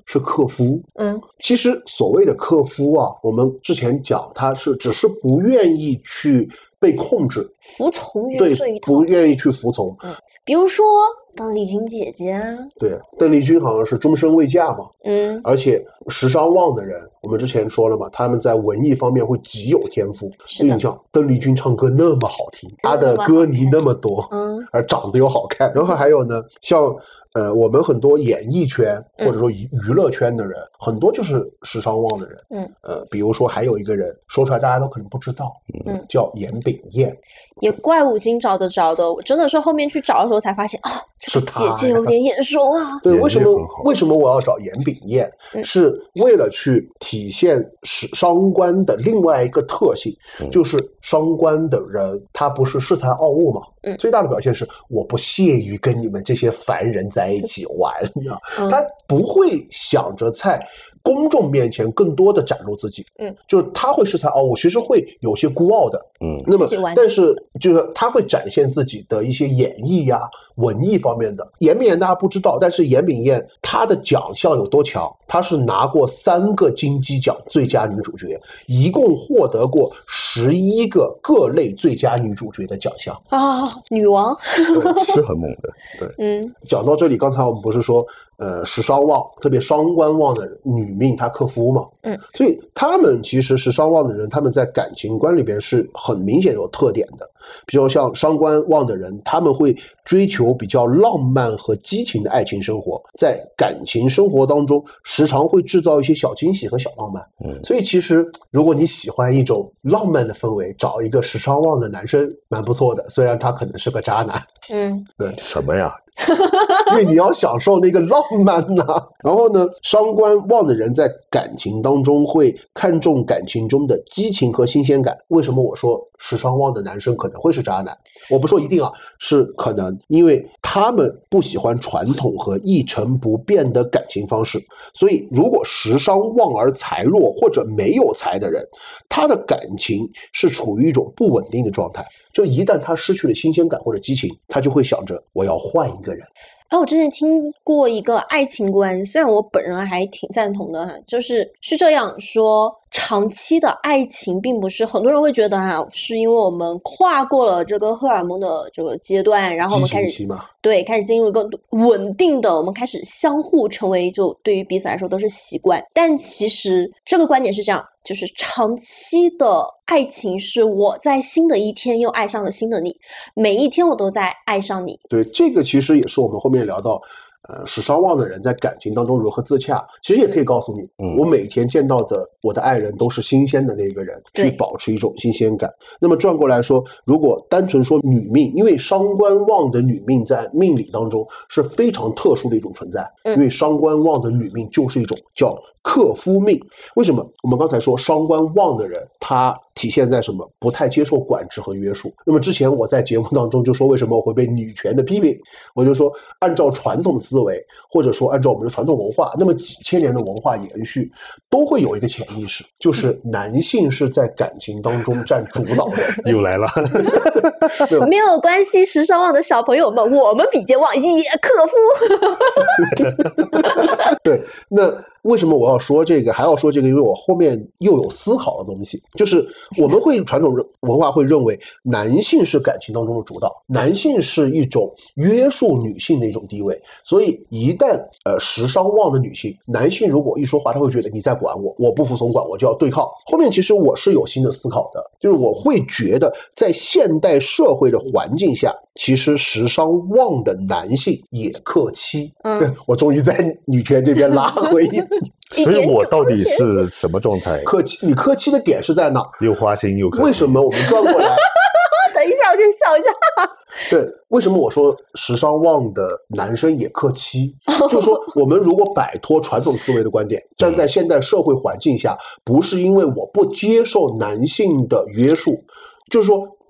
是克夫。 嗯， 其实所谓的克夫啊，我们之前讲他是只是不愿意去被控制， 服从于对这一，套， 不愿意去服从。 嗯，比如说邓丽君姐姐啊， 对，邓丽君好像是终身未嫁嘛， 嗯， 而且时尚旺的人，我们之前说了嘛，他们在文艺方面会极有天赋。 是的你想，邓丽君唱歌那么好听，她的歌迷那么多， 嗯， 而长得又好看，然后还有呢，像呃我们很多演艺圈或者说娱娱乐圈的人，很多就是时尚旺的人。 嗯， 呃，比如说还有一个人说出来大家都可能不知道， 嗯， 叫严炳彦。 也怪五金找的找的，我真的是后面去找的时候才发现啊，这个姐姐有点眼熟啊。 对，为什么很好为什么我要找严炳彦？ 嗯是为了去体现时商官的另外一个特性， 嗯就是商官的人他不是恃才傲物嘛， 嗯最大的表现是我不屑于跟你们这些凡人在一起玩，你知道， 嗯他不会想着在公众面前更多的展露自己， 嗯， 就是他会恃才傲物，其实会有些孤傲的， 嗯， 那么自己玩但是就是他会展现自己的一些演艺呀、文艺方面的。严炳彦大家不知道，但是严炳彦他的奖项有多强？他是拿过三个金鸡奖最佳女主角，一共获得过十一个各类最佳女主角的奖项。 啊，女王， 是很猛的。 嗯讲到这里，刚才我们不是说，呃，时尚旺，特别伤官旺的人，女命她克夫嘛， 嗯， 所以他们其实时尚旺的人，他们在感情观里边是很明显有特点的。比如像伤官旺的人，他们会追求比较浪漫和激情的爱情生活，在感情生活当中，时常会制造一些小惊喜和小浪漫。 嗯， 所以其实如果你喜欢一种浪漫的氛围，找一个时尚旺的男生蛮不错的，虽然他可能是个渣男。 嗯， 什么呀？ 因为你要享受那个浪漫呐、啊。然后呢，伤官旺的人在感情当中会看重感情中的激情和新鲜感。为什么我说时尚旺的男生可能会是渣男？我不说一定啊，是可能，因为他们不喜欢传统和一成不变的感情方式。所以，如果时尚旺而财弱或者没有财的人，他的感情是处于一种不稳定的状态。就一旦他失去了新鲜感或者激情，他就会想着我要换一个人。 哎，我之前听过一个爱情观，虽然我本人还挺赞同的哈，就是是这样说，长期的爱情并不是很多人会觉得哈，是因为我们跨过了这个荷尔蒙的这个阶段，然后我们开始激情期嘛， 对，开始进入一个稳定的，我们开始相互成为，就对于彼此来说都是习惯。但其实这个观点是这样，就是长期的爱情是我在新的一天又爱上了新的你，每一天我都在爱上你。 对，这个其实也是我们后面聊到，呃，时尚旺的人在感情当中如何自洽。其实也可以告诉你， 嗯我每天见到的我的爱人都是新鲜的那个人， 对去保持一种新鲜感。那么转过来说，如果单纯说女命，因为伤官旺的女命在命理当中是非常特殊的一种存在， 嗯因为伤官旺的女命就是一种叫克夫命。为什么？我们刚才说伤官旺的人，他体现在什么？不太接受管制和约束。那么之前我在节目当中就说，为什么我会被女权的批评？我就说，按照传统思维，或者说按照我们的传统文化，那么几千年的文化延续，都会有一个潜意识，就是男性是在感情当中占主导的。 又来了。 没有关系，时尚旺的小朋友们，我们比肩旺也克夫。 对，那为什么我要说这个，还要说这个？因为我后面又有思考的东西，就是我们会传统文化会认为男性是感情当中的主导，男性是一种约束女性的一种地位，所以一旦呃时尚旺的女性，男性如果一说话，他会觉得你在管我，我不服从管，我就要对抗。后面其实我是有新的思考的，就是我会觉得在现代社会的环境下，其实时尚旺的男性也克妻。 嗯， 我终于在女权这边拉回一所以我到底是什么状态？ 克妻，你克妻的点是在哪？ 又花心又克妻。 为什么我们转过来？ 等一下，我先笑一下。 对，为什么我说时尚旺的男生也克妻？就是说，我们如果摆脱传统思维的观点，站在现代社会环境下，不是因为我不接受男性的约束。就是说，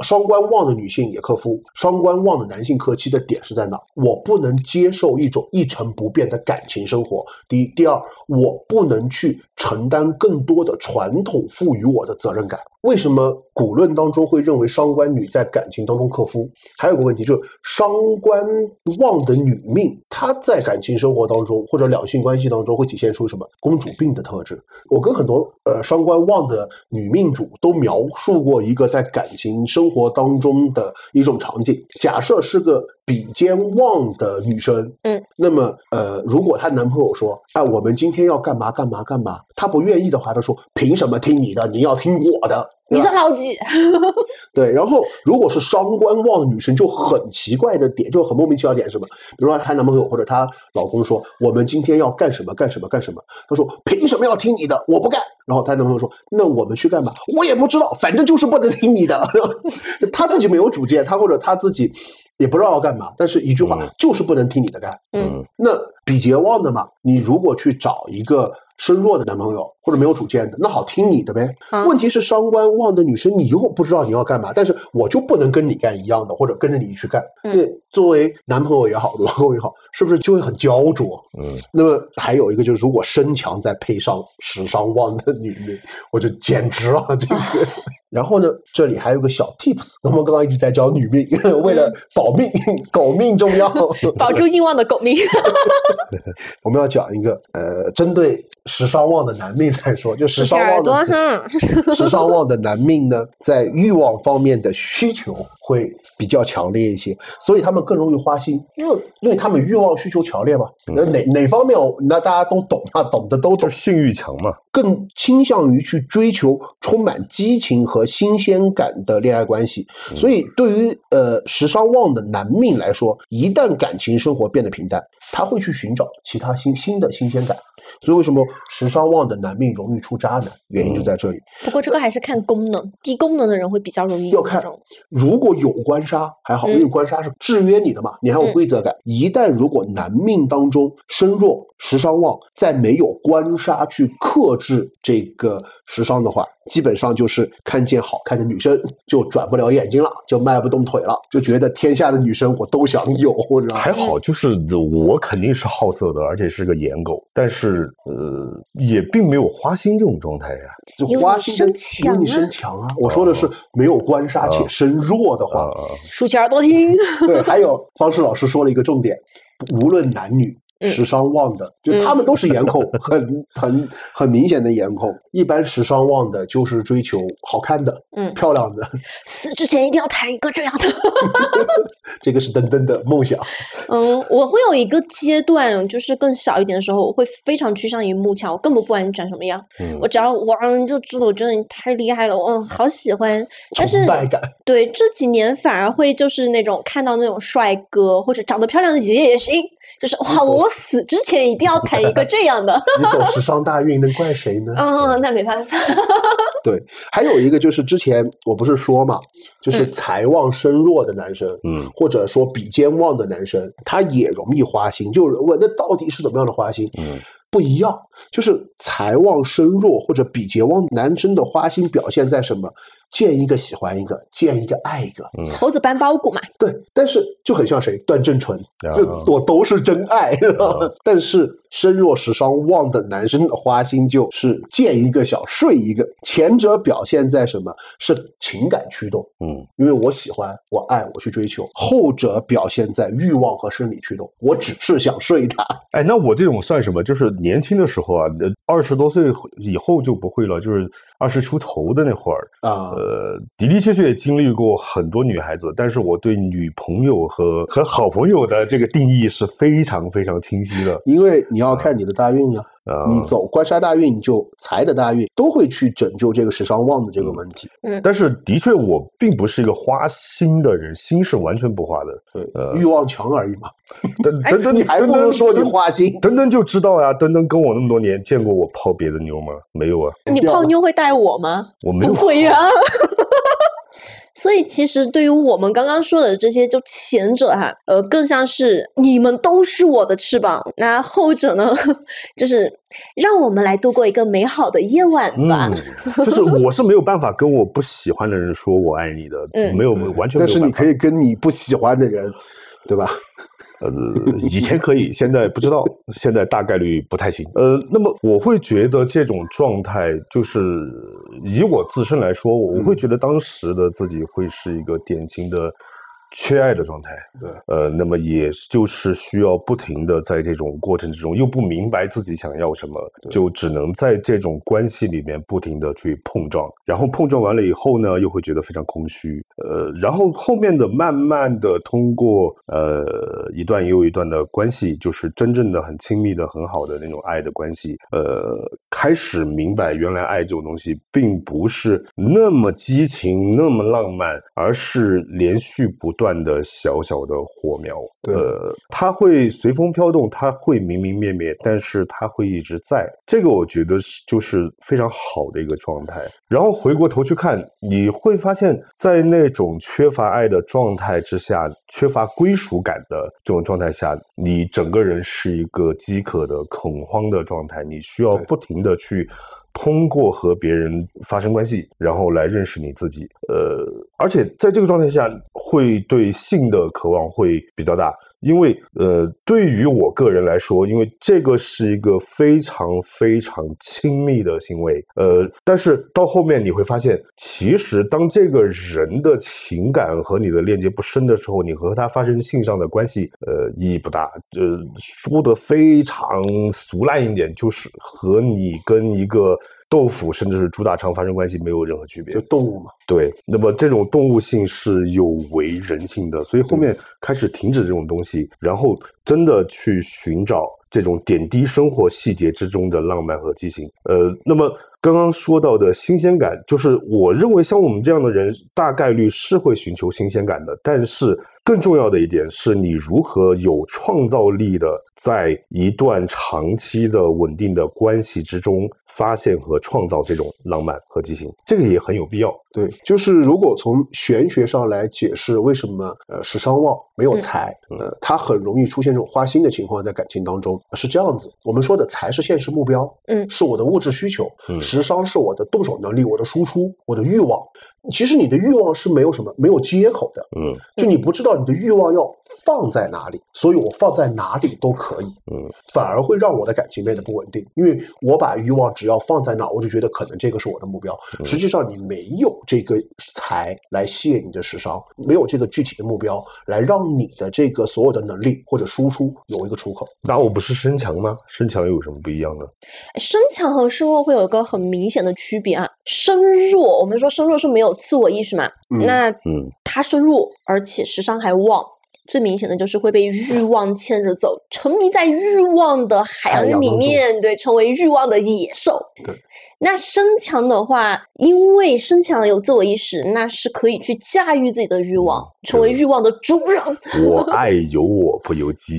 伤官旺的女性也克夫，伤官旺的男性克妻的点是在哪？我不能接受一种一成不变的感情生活。第一，第二，我不能去承担更多的传统赋予我的责任感。为什么古论当中会认为伤官女在感情当中克夫？还有个问题就是伤官旺的女命，她在感情生活当中或者两性关系当中会体现出什么公主病的特质。我跟很多呃伤官旺的女命主都描述过一个在感情生活当中的一种场景，假设是个比肩旺的女生， 嗯， 那么呃如果她男朋友说啊我们今天要干嘛干嘛干嘛，她不愿意的话，她说凭什么听你的，你要听我的， 你算老几？ 对，然后如果是伤官旺的女生，就很奇怪的点，就很莫名其妙的点是什么？比如说她男朋友或者她老公说我们今天要干什么干什么干什么，她说凭什么要听你的，我不干。然后她男朋友说那我们去干嘛？我也不知道，反正就是不能听你的。她自己没有主见，她或者她自己也不知道要干嘛，但是一句话、嗯、就是不能听你的干。 嗯， 那比劫旺的嘛，你如果去找一个身弱的男朋友或者没有主见的，那好听你的呗、啊、问题是伤官旺的女生你又不知道你要干嘛，但是我就不能跟你干一样的，或者跟着你去干、嗯、那作为男朋友也好老公也好，是不是就会很焦灼？ 嗯， 那么还有一个就是如果身强再配上食伤旺的女命，我就简直了这个然后呢这里还有个小 tips， 我们刚刚一直在教女命为了保命、嗯、狗命重要保住硬旺的狗命我们要讲一个呃针对食伤旺的男命来说，就食伤旺的食伤旺的男命呢，在欲望方面的需求会比较强烈一些，所以他们更容易花心，因为因为他们欲望需求强烈嘛。那、嗯、哪哪方面那大家都懂啊，懂的都懂， 性欲强嘛， 更倾向于去追求充满激情和新鲜感的恋爱关系。嗯、所以对于呃食伤旺的男命来说，一旦感情生活变得平淡，他会去寻找其他新新的新鲜感。所以为什么食伤旺的男命容易出渣男，原因就在这里。 不过这个还是看功能，低功能的人会比较容易要看，如果有官杀还好，因为官杀是制约你的嘛，你还有规则感、嗯、一旦如果男命当中身弱食伤旺，在没有官杀去克制这个食伤的话，基本上就是看见好看的女生就转不了眼睛了，就迈不动腿了，就觉得天下的女生我都想有。 还好就是我肯定是好色的，而且是个颜狗，但是呃也并没有花心这种状态呀、 啊。就花心的有你身强啊，我说的是没有官杀且身弱的话， 竖起耳朵听。 对，还有方式老师说了一个重点，无论男女食伤旺的、嗯、就他们都是颜控、嗯、很很很明显的颜控。一般食伤旺的就是追求好看的、嗯、漂亮的， 死之前一定要谈一个这样的这个是登登的梦想。 嗯，我会有一个阶段就是更小一点的时候，我会非常趋向于慕强，我根本不管你长什么样、嗯、我只要哇你就知道我真的你太厉害了，我、嗯、好喜欢。但是崇拜感，对， 这几年反而会就是那种看到那种帅哥或者长得漂亮的姐姐也行，就是哇我死之前一定要谈一个这样的你走时尚大运能怪谁呢？ 嗯，那没办法对，还有一个就是之前我不是说嘛，就是财旺身弱的男生，嗯，或者说比肩旺的男生，他也容易花心。就有人问那到底是怎么样的花心？嗯，不一样，就是财旺身弱或者比劫旺男生的花心表现在什么？见一个喜欢一个，见一个爱一个， 嗯、猴子搬包谷嘛。 对，但是就很像谁？段正淳，就我都是真爱。啊、但是身弱食伤旺的男生的花心就是见一个想睡一个。前者表现在什么？是情感驱动，嗯，因为我喜欢，我爱，我去追求；后者表现在欲望和生理驱动，我只是想睡他。 哎，那我这种算什么？就是年轻的时候啊，二十多岁以后就不会了，就是二十出头的那会儿啊。呃，的的确确也经历过很多女孩子，但是我对女朋友和和好朋友的这个定义是非常非常清晰的。 因为你要看你的大运啊，啊你走官杀大运，你就财的大运都会去拯救这个食伤旺的这个问题。 嗯，但是的确我并不是一个花心的人，心是完全不花的， 对，呃、欲望强而已嘛。 等等等， 你还不能说你花心。 等等就知道呀，等等跟我那么多年，见过我泡别的妞吗？没有啊。 你泡妞会带我吗？ 我没有。 不会呀、啊。 所以其实对于我们刚刚说的这些，就前者哈，呃，更像是你们都是我的翅膀，那后者呢，就是让我们来度过一个美好的夜晚吧。 嗯、就是我是没有办法跟我不喜欢的人说我爱你的，嗯、没有完全没有办法。 但是你可以跟你不喜欢的人，对吧？ 呃，以前可以，现在不知道，现在大概率不太行。呃，那么我会觉得这种状态，就是以我自身来说，我会觉得当时的自己会是一个典型的缺爱的状态。 对， 呃，那么也就是需要不停的在这种过程之中，又不明白自己想要什么，就只能在这种关系里面不停的去碰撞，然后碰撞完了以后呢，又会觉得非常空虚。呃，然后后面的慢慢的通过呃一段又一段的关系，就是真正的很亲密的、很好的那种爱的关系，呃，开始明白原来爱这种东西并不是那么激情、那么浪漫，而是连续不断。断的小小的火苗，呃，它会随风飘动，它会明明灭灭，但是它会一直在。这个我觉得是就是非常好的一个状态。然后回过头去看，你会发现在那种缺乏爱的状态之下，缺乏归属感的这种状态下，你整个人是一个饥渴的、恐慌的状态，你需要不停的去通过和别人发生关系，然后来认识你自己。呃，而且在这个状态下，会对性的渴望会比较大，因为呃，对于我个人来说，因为这个是一个非常非常亲密的行为，呃，但是到后面你会发现，其实当这个人的情感和你的链接不深的时候，你和他发生性上的关系，呃，意义不大。呃，说的非常俗烂一点，就是和你跟一个豆腐甚至是猪大肠发生关系没有任何区别， 就动物嘛。 对，那么这种动物性是有违人性的，所以后面开始停止这种东西，然后真的去寻找这种点滴生活细节之中的浪漫和激情。呃，那么刚刚说到的新鲜感，就是我认为像我们这样的人，大概率是会寻求新鲜感的，但是更重要的一点是你如何有创造力的在一段长期的稳定的关系之中发现和创造这种浪漫和激情，这个也很有必要。 对，就是如果从玄学上来解释为什么呃时伤旺没有财，嗯、呃，它很容易出现这种花心的情况在感情当中，是这样子。我们说的财是现实目标，嗯，是我的物质需求，嗯，时伤是我的动手能力、我的输出、我的欲望。其实你的欲望是没有什么没有接口的，嗯，就你不知道你的欲望要放在哪里，所以我放在哪里都可以，嗯，反而会让我的感情变得不稳定，因为我把欲望只要放在哪，我就觉得可能这个是我的目标，嗯、实际上你没有这个财来泄你的时伤，没有这个具体的目标来让你的这个所有的能力或者输出有一个出口。 那我不是身强吗？身强有什么不一样呢？ 身强和身弱会有一个很明显的区别啊。身弱，我们说身弱是没有自我意识嘛，嗯、那嗯，他身弱，而且时伤还旺。最明显的就是会被欲望牵着走，沉迷在欲望的海洋里面，对，成为欲望的野兽。 对， 那身强的话，因为身强有自我意识，那是可以去驾驭自己的欲望，成为欲望的主人。 我爱由我不由己。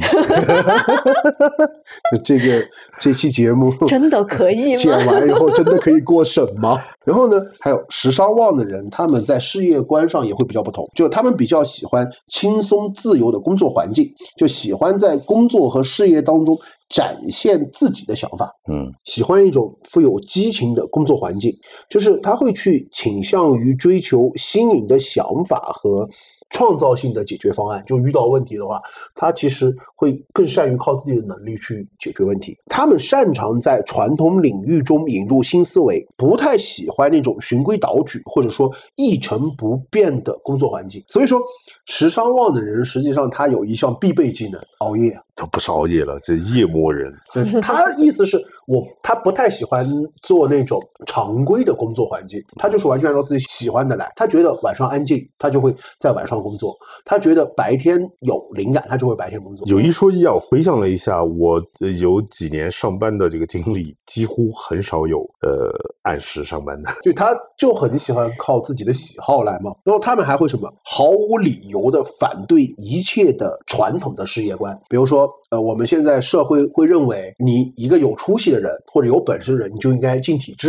这个这期节目真的可以吗？ 剪完以后真的可以过审吗？然后呢，还有时伤旺的人，他们在事业观上也会比较不同，就他们比较喜欢轻松自由的工作环境，就喜欢在工作和事业当中展现自己的想法，嗯，喜欢一种富有激情的工作环境，就是他会去倾向于追求新颖的想法和创造性的解决方案。就遇到问题的话，他其实会更善于靠自己的能力去解决问题。他们擅长在传统领域中引入新思维，不太喜欢那种循规蹈矩或者说一成不变的工作环境。所以说时伤旺的人实际上他有一项必备技能，熬夜。 他不是熬夜了，这夜魔人。 他意思是我他不太喜欢做那种常规的工作环境，他就是完全按照自己喜欢的来。他觉得晚上安静，他就会在晚上工作；他觉得白天有灵感，他就会白天工作。 有一说一啊，回想了一下，我有几年上班的这个经历，几乎很少有呃按时上班的。 就他就很喜欢靠自己的喜好来嘛。然后他们还会什么毫无理由的反对一切的传统的事业观，比如说。呃，我们现在社会会认为，你一个有出息的人或者有本事的人，你就应该进体制，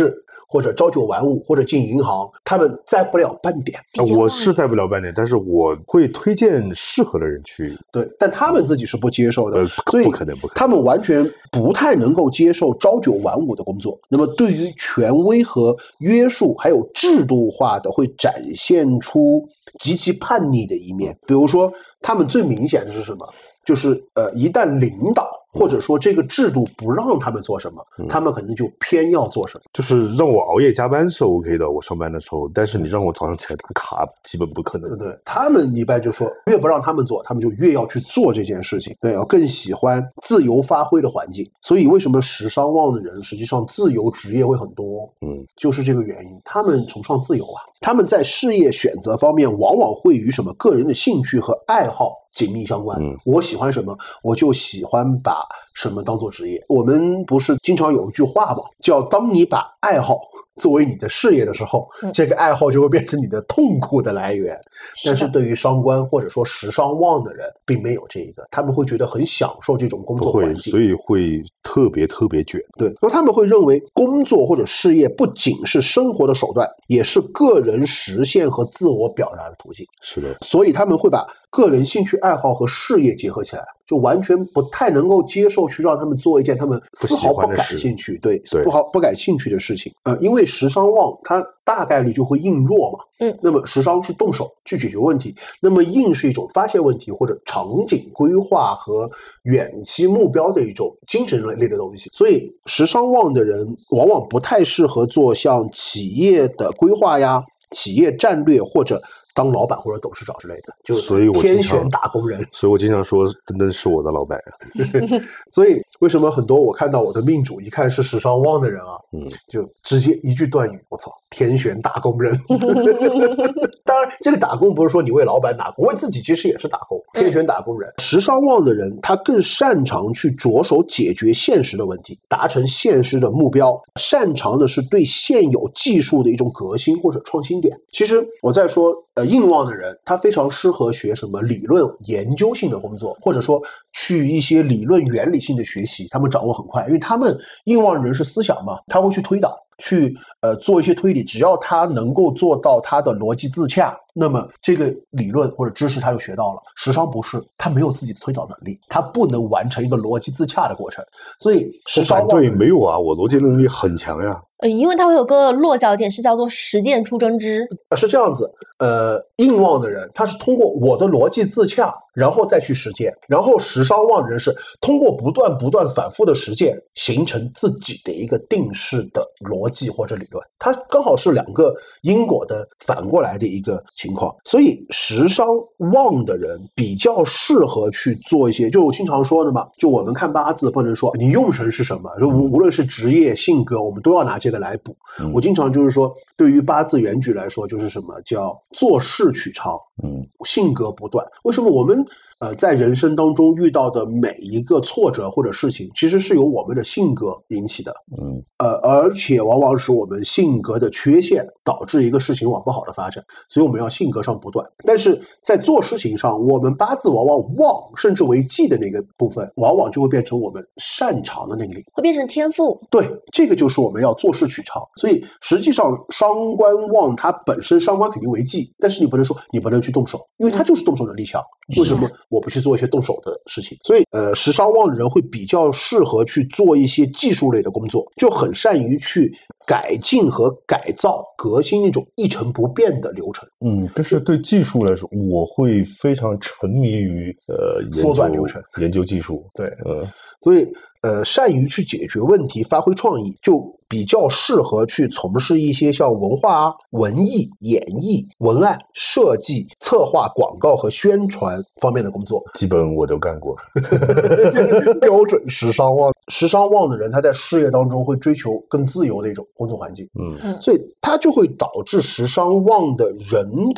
或者朝九晚五，或者进银行，他们在不了半点。 我是在不了半点，但是我会推荐适合的人去。 对，但他们自己是不接受的， 呃、 所以不可能，不可能， 他们完全不太能够接受朝九晚五的工作。那么对于权威和约束还有制度化的，会展现出极其叛逆的一面。比如说，他们最明显的是什么？就是呃，一旦领导或者说这个制度不让他们做什么，嗯、他们可能就偏要做什么。 就是让我熬夜加班是 OK 的，我上班的时候，但是你让我早上起来打卡，基本不可能。 对，他们一般就说，越不让他们做，他们就越要去做这件事情。对，要更喜欢自由发挥的环境。所以为什么时尚旺的人实际上自由职业会很多？嗯，就是这个原因。他们崇尚自由啊，他们在事业选择方面往往会与什么个人的兴趣和爱好紧密相关。嗯，我喜欢什么，我就喜欢把什么当做职业。我们不是经常有一句话吗？叫当你把爱好作为你的事业的时候，嗯、这个爱好就会变成你的痛苦的来源。是但是对于商官或者说时尚旺的人，并没有这一个，他们会觉得很享受这种工作环境， 所以会特别特别卷。 对，所以他们会认为工作或者事业不仅是生活的手段，也是个人实现和自我表达的途径。 是的， 所以他们会把个人兴趣爱好和事业结合起来，就完全不太能够接受去让他们做一件他们丝毫不感兴趣，对， 对不好不感兴趣的事情。呃，因为时尚旺，它大概率就会硬弱嘛。 嗯， 那么时尚是动手去解决问题，那么硬是一种发现问题或者场景规划和远期目标的一种精神类的东西。所以时尚旺的人往往不太适合做像企业的规划呀、企业战略或者当老板或者董事长之类的，就是天选打工人。 所以我经常说登登是我的老板。 所以为什么很多我看到我的命主一看是时尚旺的人啊，嗯，就直接一句断语，我操，天选打工人。当然这个打工不是说你为老板打工，为自己其实也是打工，天选打工人。时尚旺的人他更擅长去着手解决现实的问题，达成现实的目标，擅长的是对现有技术的一种革新或者创新点。其实我在说呃，硬旺的人他非常适合学什么理论研究性的工作，或者说去一些理论原理性的学习，他们掌握很快，因为他们硬旺的人是思想嘛，他会去推导，去呃做一些推理，只要他能够做到他的逻辑自洽，那么这个理论或者知识他就学到了。时尚不是，他没有自己的推导能力，他不能完成一个逻辑自洽的过程。所以时尚对没有啊，我逻辑能力很强呀。 呃，因为它会有个落脚点是叫做实践出真知。 是这样子，呃，硬旺的人他是通过我的逻辑自洽，然后再去实践，然后时尚旺的人是通过不断不断反复的实践，形成自己的一个定式的逻辑或者理论。它刚好是两个因果的反过来的一个情况。所以时尚旺的人比较适合去做一些，就我经常说的嘛，就我们看八字不能说你用神是什么，就无论是职业性格，我们都要拿这个来补。嗯、我经常就是说，对于八字原局来说，就是什么叫做事取长，嗯，性格不断。为什么我们呃在人生当中遇到的每一个挫折或者事情，其实是由我们的性格引起的，嗯，呃，而且往往是我们性格的缺陷导致一个事情往不好的发展，所以我们要性格上不断。但是在做事情上，我们八字往往旺甚至为忌的那个部分，往往就会变成我们擅长的那个领域， 会变成天赋。 对，这个就是我们要做事取长。所以实际上伤官旺它本身伤官肯定为忌，但是你不能说你不能去动手，因为它就是动手能力强。为什么我不去做一些动手的事情？所以呃，时尚旺的人会比较适合去做一些技术类的工作，就很善于去改进和改造、革新那种一成不变的流程。 嗯，但是对技术来说，我会非常沉迷于呃缩短流程、 研究技术。 对，呃，所以呃，善于去解决问题、发挥创意，就比较适合去从事一些像文化啊、文艺、演艺、文案、设计、策划、广告和宣传方面的工作。 基本我都干过。 标准时尚旺，时尚旺的人，他在事业当中会追求更自由的一种工作环境。嗯，所以他就会导致时尚旺的人的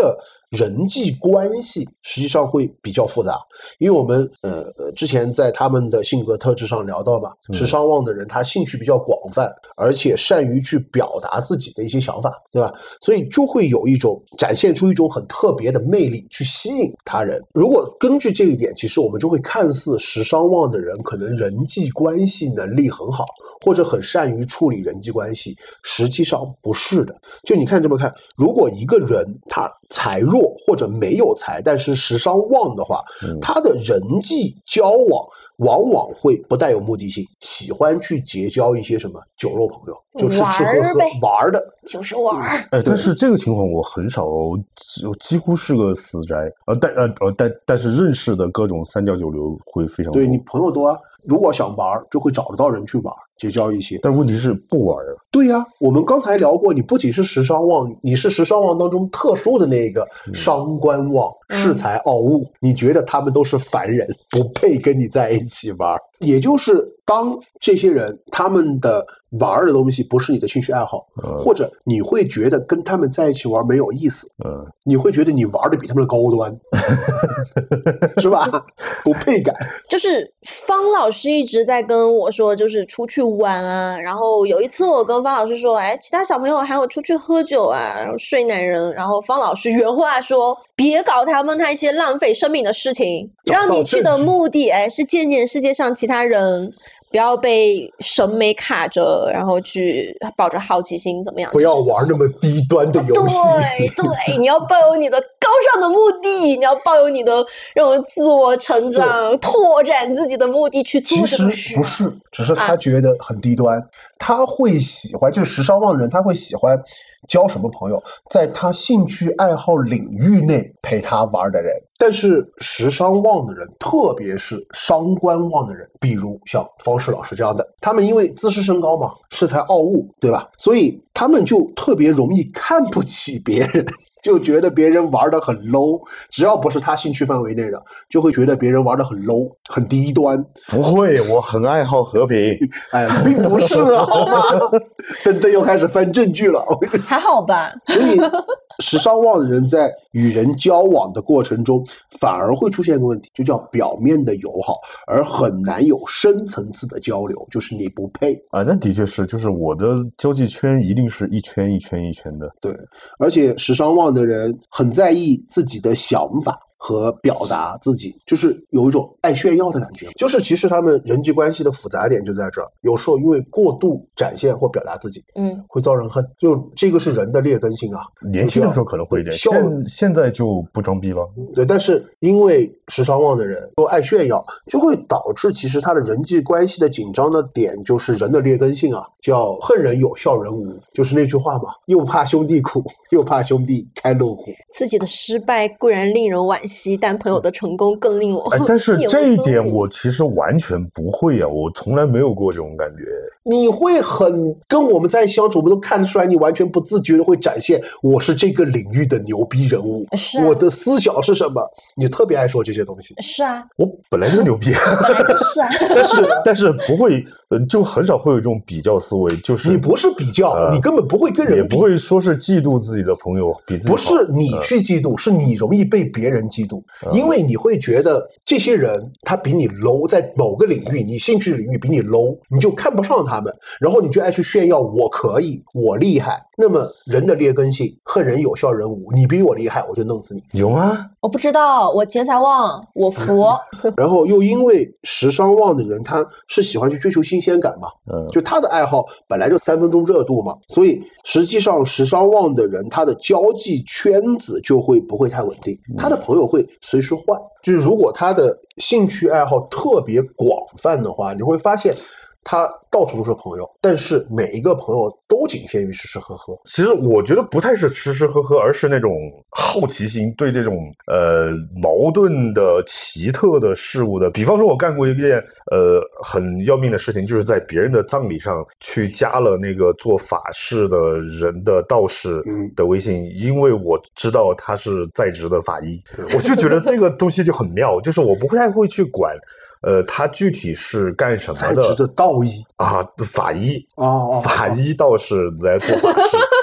人际关系实际上会比较复杂，因为我们呃呃之前在他们的性格特质上聊到嘛，时尚旺的人他兴趣比较广泛，而且善于去表达自己的一些想法，对吧？所以就会有一种展现出一种很特别的魅力去吸引他人。如果根据这一点，其实我们就会看似时尚旺的人可能人际关系能力很好，或者很善于处理人际关系，实际上不是的。就你看这么看，如果一个人他才弱或者没有才，但是时尚旺的话，他的人际交往往往会不带有目的性，喜欢去结交一些什么酒肉朋友，就吃吃喝喝玩的， 就是玩。 哎，但是这个情况我很少，几乎是个死宅。呃，但呃呃但但是认识的各种三教九流会非常多。 对你朋友多啊，如果想玩就会找得到人去玩，结交一些。 但问题是不玩啊。 对呀、啊，我们刚才聊过，你不仅是时尚旺，你是时尚旺当中特殊的那个伤官旺、恃才傲物，嗯、你觉得他们都是凡人，不配跟你在一起玩。也就是当这些人他们的玩的东西不是你的兴趣爱好，嗯、或者你会觉得跟他们在一起玩没有意思，嗯、你会觉得你玩的比他们高端，是吧？不配感。 就是方老师一直在跟我说，就是出去玩啊。然后有一次我跟方老师说，哎，其他小朋友喊我出去喝酒啊，然后睡男人。然后方老师原话说，别搞他们那些浪费生命的事情，让你去的目的，哎，是见见世界上其他人。不要被审美卡着，然后去抱着好奇心怎么样？ 不要玩那么低端的游戏。 对对，你要抱有你的高尚的目的，你要抱有你的这种自我成长、拓展自己的目的去做这个事。 其实不是，只是他觉得很低端，啊、他会喜欢，就是时尚旺的人，他会喜欢交什么朋友，在他兴趣爱好领域内陪他玩的人。但是时尚旺的人，特别是伤官旺的人，比如像方式老师这样的，他们因为自视甚高嘛，恃才傲物，对吧？所以他们就特别容易看不起别人，就觉得别人玩得很 low， 只要不是他兴趣范围内的，就会觉得别人玩得很 low， 很低端。 不会，我很爱好和平。 哎，并不是啊，好吗？登登又开始翻证据了。 还好吧。 所以时尚旺的人在与人交往的过程中，反而会出现一个问题，就叫表面的友好，而很难有深层次的交流，就是你不配啊。那的确是，就是我的交际圈一定是一圈一圈一圈的。 对，而且时尚旺的人很在意自己的想法和表达自己，就是有一种爱炫耀的感觉。就是其实他们人际关系的复杂点就在这儿，有时候因为过度展现或表达自己，嗯，会遭人恨。就这个是人的劣根性啊。 年轻的时候可能会一点，现现在就不装逼了。 对，但是因为时尚旺的人都爱炫耀，就会导致其实他的人际关系的紧张的点就是人的劣根性啊，叫恨人有笑人无，就是那句话嘛，又怕兄弟苦，又怕兄弟开路虎。 自己的失败固然令人惋惜，但朋友的成功更令我哎，但是这一点我其实完全不会啊，我从来没有过这种感觉。 你会很跟我们在相处，我们都看得出来，你完全不自觉的会展现我是这个领域的牛逼人物， 是、啊、 我的思想是什么，你特别爱说这些东西。 是啊， 我本来就牛逼， 本来就是啊， 但是但是不会，就很少会有这种比较思维，就是你不是比较，呃、你根本不会跟人比， 也不会说是嫉妒自己的朋友比自己好， 不是你去嫉妒，呃、是你容易被别人嫉妒，呃、因为你会觉得这些人他比你 low， 在某个领域，你兴趣领域比你 low， 你就看不上他们，然后你就爱去炫耀我可以，我厉害。那么人的劣根性，恨人有笑人无，你比我厉害，我就弄死你。 有吗？ 我不知道，我钱财旺，我佛。 然后又因为时尚旺的人，他是喜欢去追求新鲜感嘛，嗯，就他的爱好本来就三分钟热度嘛，所以实际上时尚旺的人，他的交际圈子就会不会太稳定，他的朋友会随时换。就是如果他的兴趣爱好特别广泛的话，你会发现他到处都是朋友，但是每一个朋友都仅限于吃吃喝喝。 其实我觉得不太是吃吃喝喝，而是那种好奇心，对这种呃矛盾的奇特的事物的。比方说我干过一件呃很要命的事情，就是在别人的葬礼上去加了那个做法事的人的道士的微信，嗯、因为我知道他是在职的法医，我就觉得这个东西就很妙，就是我不太会去管呃，他具体是干什么的？ 在职的道医啊，法医哦， 法医道士来做法事，就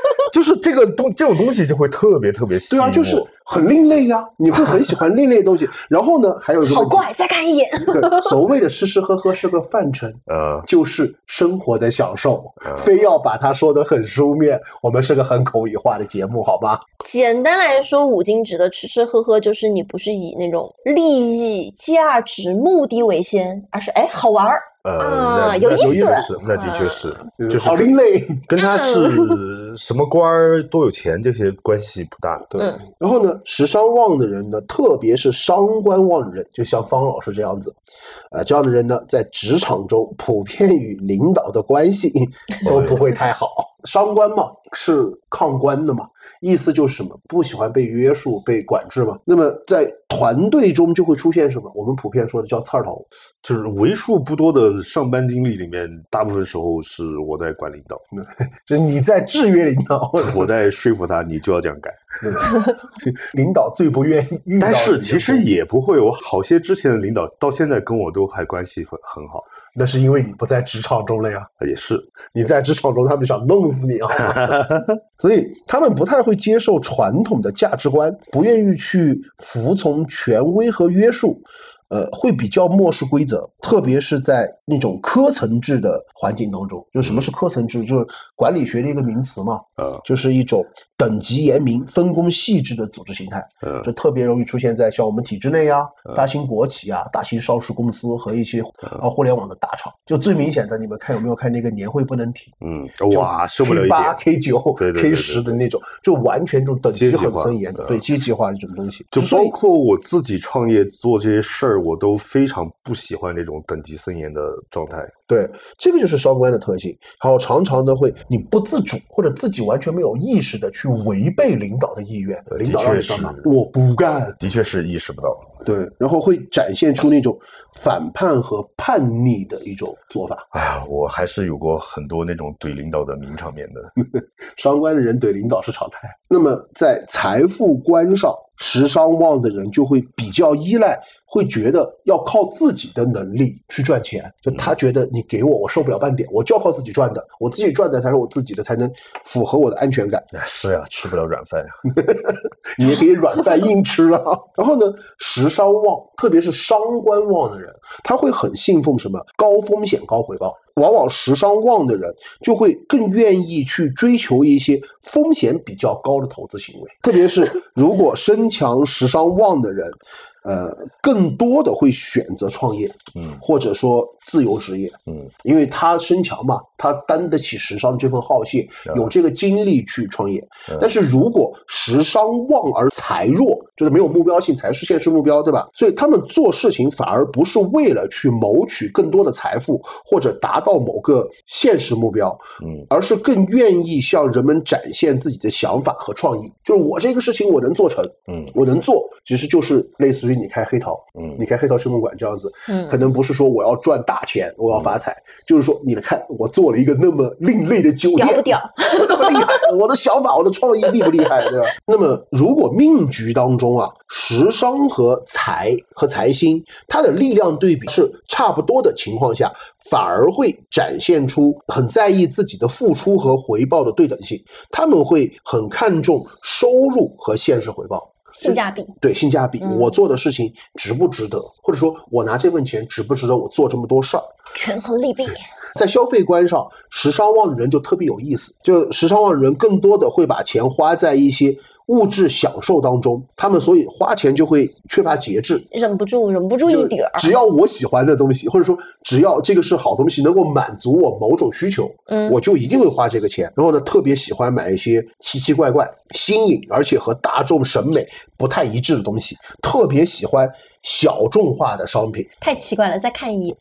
就是这个东这种东西就会特别特别吸引我。 对啊，就是很另类呀、啊，你会很喜欢另类的东西。然后呢，还有一个好怪，再看一眼。 对，所谓的吃吃喝喝是个范畴， 呃， 就是生活的享受，呃、非要把它说得很书面。我们是个很口语化的节目，好吗？ 简单来说，五金值的吃吃喝喝，就是你不是以那种利益、价值、目的为先，而是哎好玩儿。 呃， 啊，有意思， 那的确是， 嗯、 就是好另类， 跟他是什么官儿、多有钱这些关系不大。 对，嗯、然后呢，食伤旺的人呢，特别是伤官旺的人，就像方老师这样子，呃，这样的人呢，在职场中普遍与领导的关系都不会太好。伤官嘛，是抗官的嘛，意思就是什么？不喜欢被约束、被管制嘛。那么在团队中就会出现什么？我们普遍说的叫刺儿头， 就是为数不多的上班经历里面，大部分时候是我在管领导， 就是你在制约领导， 我在说服他，你就要这样干。 领导最不愿意遇到， 但是其实也不会有好些之前的领导到现在跟我都还关系很很好。 那是因为你不在职场中了呀， 也是你在职场中，他们想弄死你啊，所以他们不太会接受传统的价值观，不愿意去服从权威和约束。呃，会比较漠视规则，特别是在那种科层制的环境当中。就什么是科层制？就是管理学的一个名词嘛，呃，就是一种等级严明、分工细致的组织形态。呃，这特别容易出现在像我们体制内啊、呃、大型国企啊、大型上市公司和一些啊互联网的大厂。就最明显的，你们看有没有看那个年会不能停？ 嗯，哇，受不了一点 K 八、K 九、 对对对对 K 十的那种，就完全这种等级很森严的，对阶级化的这种东西。 就包括我自己创业做这些事儿。我都非常不喜欢这种等级森严的状态。 对，这个就是伤官的特性。还有常常的会你不自主或者自己完全没有意识的去违背领导的意愿，领导让你干嘛，我不干， 的确是意识不到。 对，然后会展现出那种反叛和叛逆的一种做法。 哎呀，我还是有过很多那种怼领导的名场面的。 伤官的人怼领导是常态。那么在财富观上，食伤旺的人就会比较依赖，会觉得要靠自己的能力去赚钱。就他觉得你给我，我受不了半点，我就要靠自己赚的，我自己赚的才是我自己的，才能符合我的安全感。 是呀、啊，吃不了软饭呀、 啊，你也可以软饭硬吃啊。然后呢，食伤旺，特别是伤官旺的人，他会很信奉什么高风险高回报。往往食伤旺的人就会更愿意去追求一些风险比较高的投资行为，特别是如果身强食伤旺的人，呃，更多的会选择创业，嗯，或者说自由职业，嗯，因为他身强嘛，他担得起食伤这份好谢，有这个精力去创业。嗯、但是如果食伤旺而财弱，就是没有目标性，才是现实目标，对吧？所以他们做事情反而不是为了去谋取更多的财富或者达到某个现实目标，嗯，而是更愿意向人们展现自己的想法和创意。就是我这个事情我能做成，嗯，我能做，其实就是类似于你开黑桃，嗯，你开黑桃水梦馆这样子，嗯，可能不是说我要赚大钱，我要发财，嗯、就是说你来看我做了一个那么另类的酒店， 屌不屌？ 那么厉害，我的想法，我的创意厉不厉害，对吧？那么如果命局当中啊，食伤和财和财星，它的力量对比是差不多的情况下，反而会展现出很在意自己的付出和回报的对等性，他们会很看重收入和现实回报。 性价比， 对性价比、嗯，我做的事情值不值得，或者说我拿这份钱值不值得我做这么多事儿， 权衡利弊。 在消费观上，食伤旺的人就特别有意思，就食伤旺的人更多的会把钱花在一些物质享受当中，他们所以花钱就会缺乏节制， 忍不住忍不住一点儿。 只要我喜欢的东西，或者说只要这个是好东西，能够满足我某种需求，嗯，我就一定会花这个钱。然后呢，特别喜欢买一些奇奇怪怪、新颖而且和大众审美不太一致的东西，特别喜欢小众化的商品。 太奇怪了，再看一眼。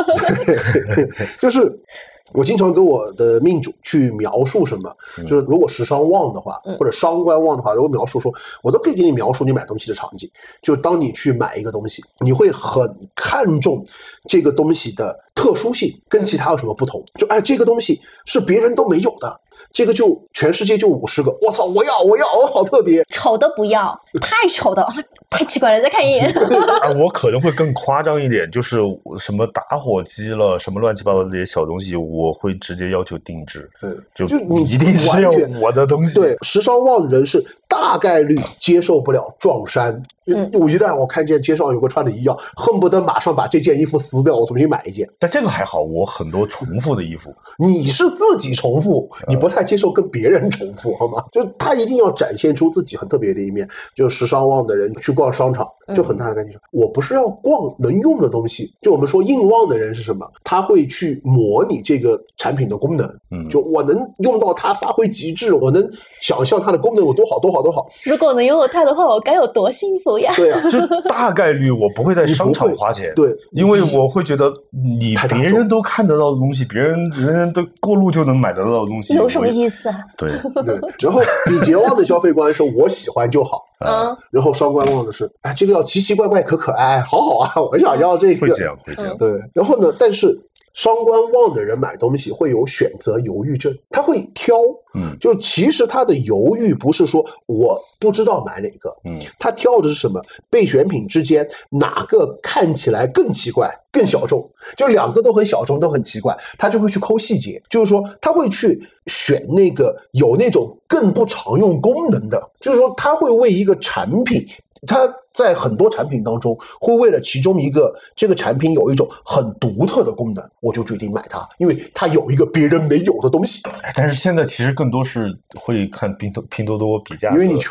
就是我经常跟我的命主去描述什么，嗯、就是如果食伤旺的话，嗯、或者伤官旺的话，如果描述说，我都可以给你描述你买东西的场景。就当你去买一个东西，你会很看重这个东西的特殊性，跟其他有什么不同？就哎，这个东西是别人都没有的， 这个就全世界就五十个，我操，我要我要，我好特别。 丑的不要，太丑的，太奇怪了，再看一眼。 啊，我可能会更夸张一点，就是什么打火机了，什么乱七八糟的这些小东西，我会直接要求定制， 嗯， 就就你一定是要我的东西。 对，时尚旺的人是大概率接受不了撞衫。嗯，我一旦我看见街上有个穿的一样，恨不得马上把这件衣服撕掉，我重新买一件。 但这个还好，我很多重复的衣服。 你是自己重复，你不太接受跟别人重复，好吗？就他一定要展现出自己很特别的一面。就时尚旺的人去逛商场，就很大的感觉说，我不是要逛能用的东西。就我们说硬旺的人是什么？他会去模拟这个产品的功能，嗯，就我能用到它发挥极致，我能想象它的功能有多好多好多好。 如果能拥有它的话，我该有多幸福呀！ 对啊， 就大概率我不会在商场花钱， 对， 因为我会觉得你别人都看得到的东西，别人人人都过路就能买得到的东西， 有什么意思啊？ 对对。然后比劫旺的消费观是我喜欢就好， 嗯， 然后商官旺的是，哎，这个要奇奇怪怪可可爱，好好啊，我想要这个， 会这样，会这样。 对，然后呢，但是商官旺的人买东西会有选择犹豫症，他会挑，嗯，就其实他的犹豫不是说我不知道买哪个，嗯，他挑的是什么？备选品之间哪个看起来更奇怪、更小众？就两个都很小众，都很奇怪，他就会去抠细节，就是说他会去选那个有那种更不常用功能的，就是说他会为一个产品。它在很多产品当中会为了其中一个这个产品有一种很独特的功能，我就决定买它，因为它有一个别人没有的东西。 但是现在其实更多是会看拼多拼多多比价， 因为你穷。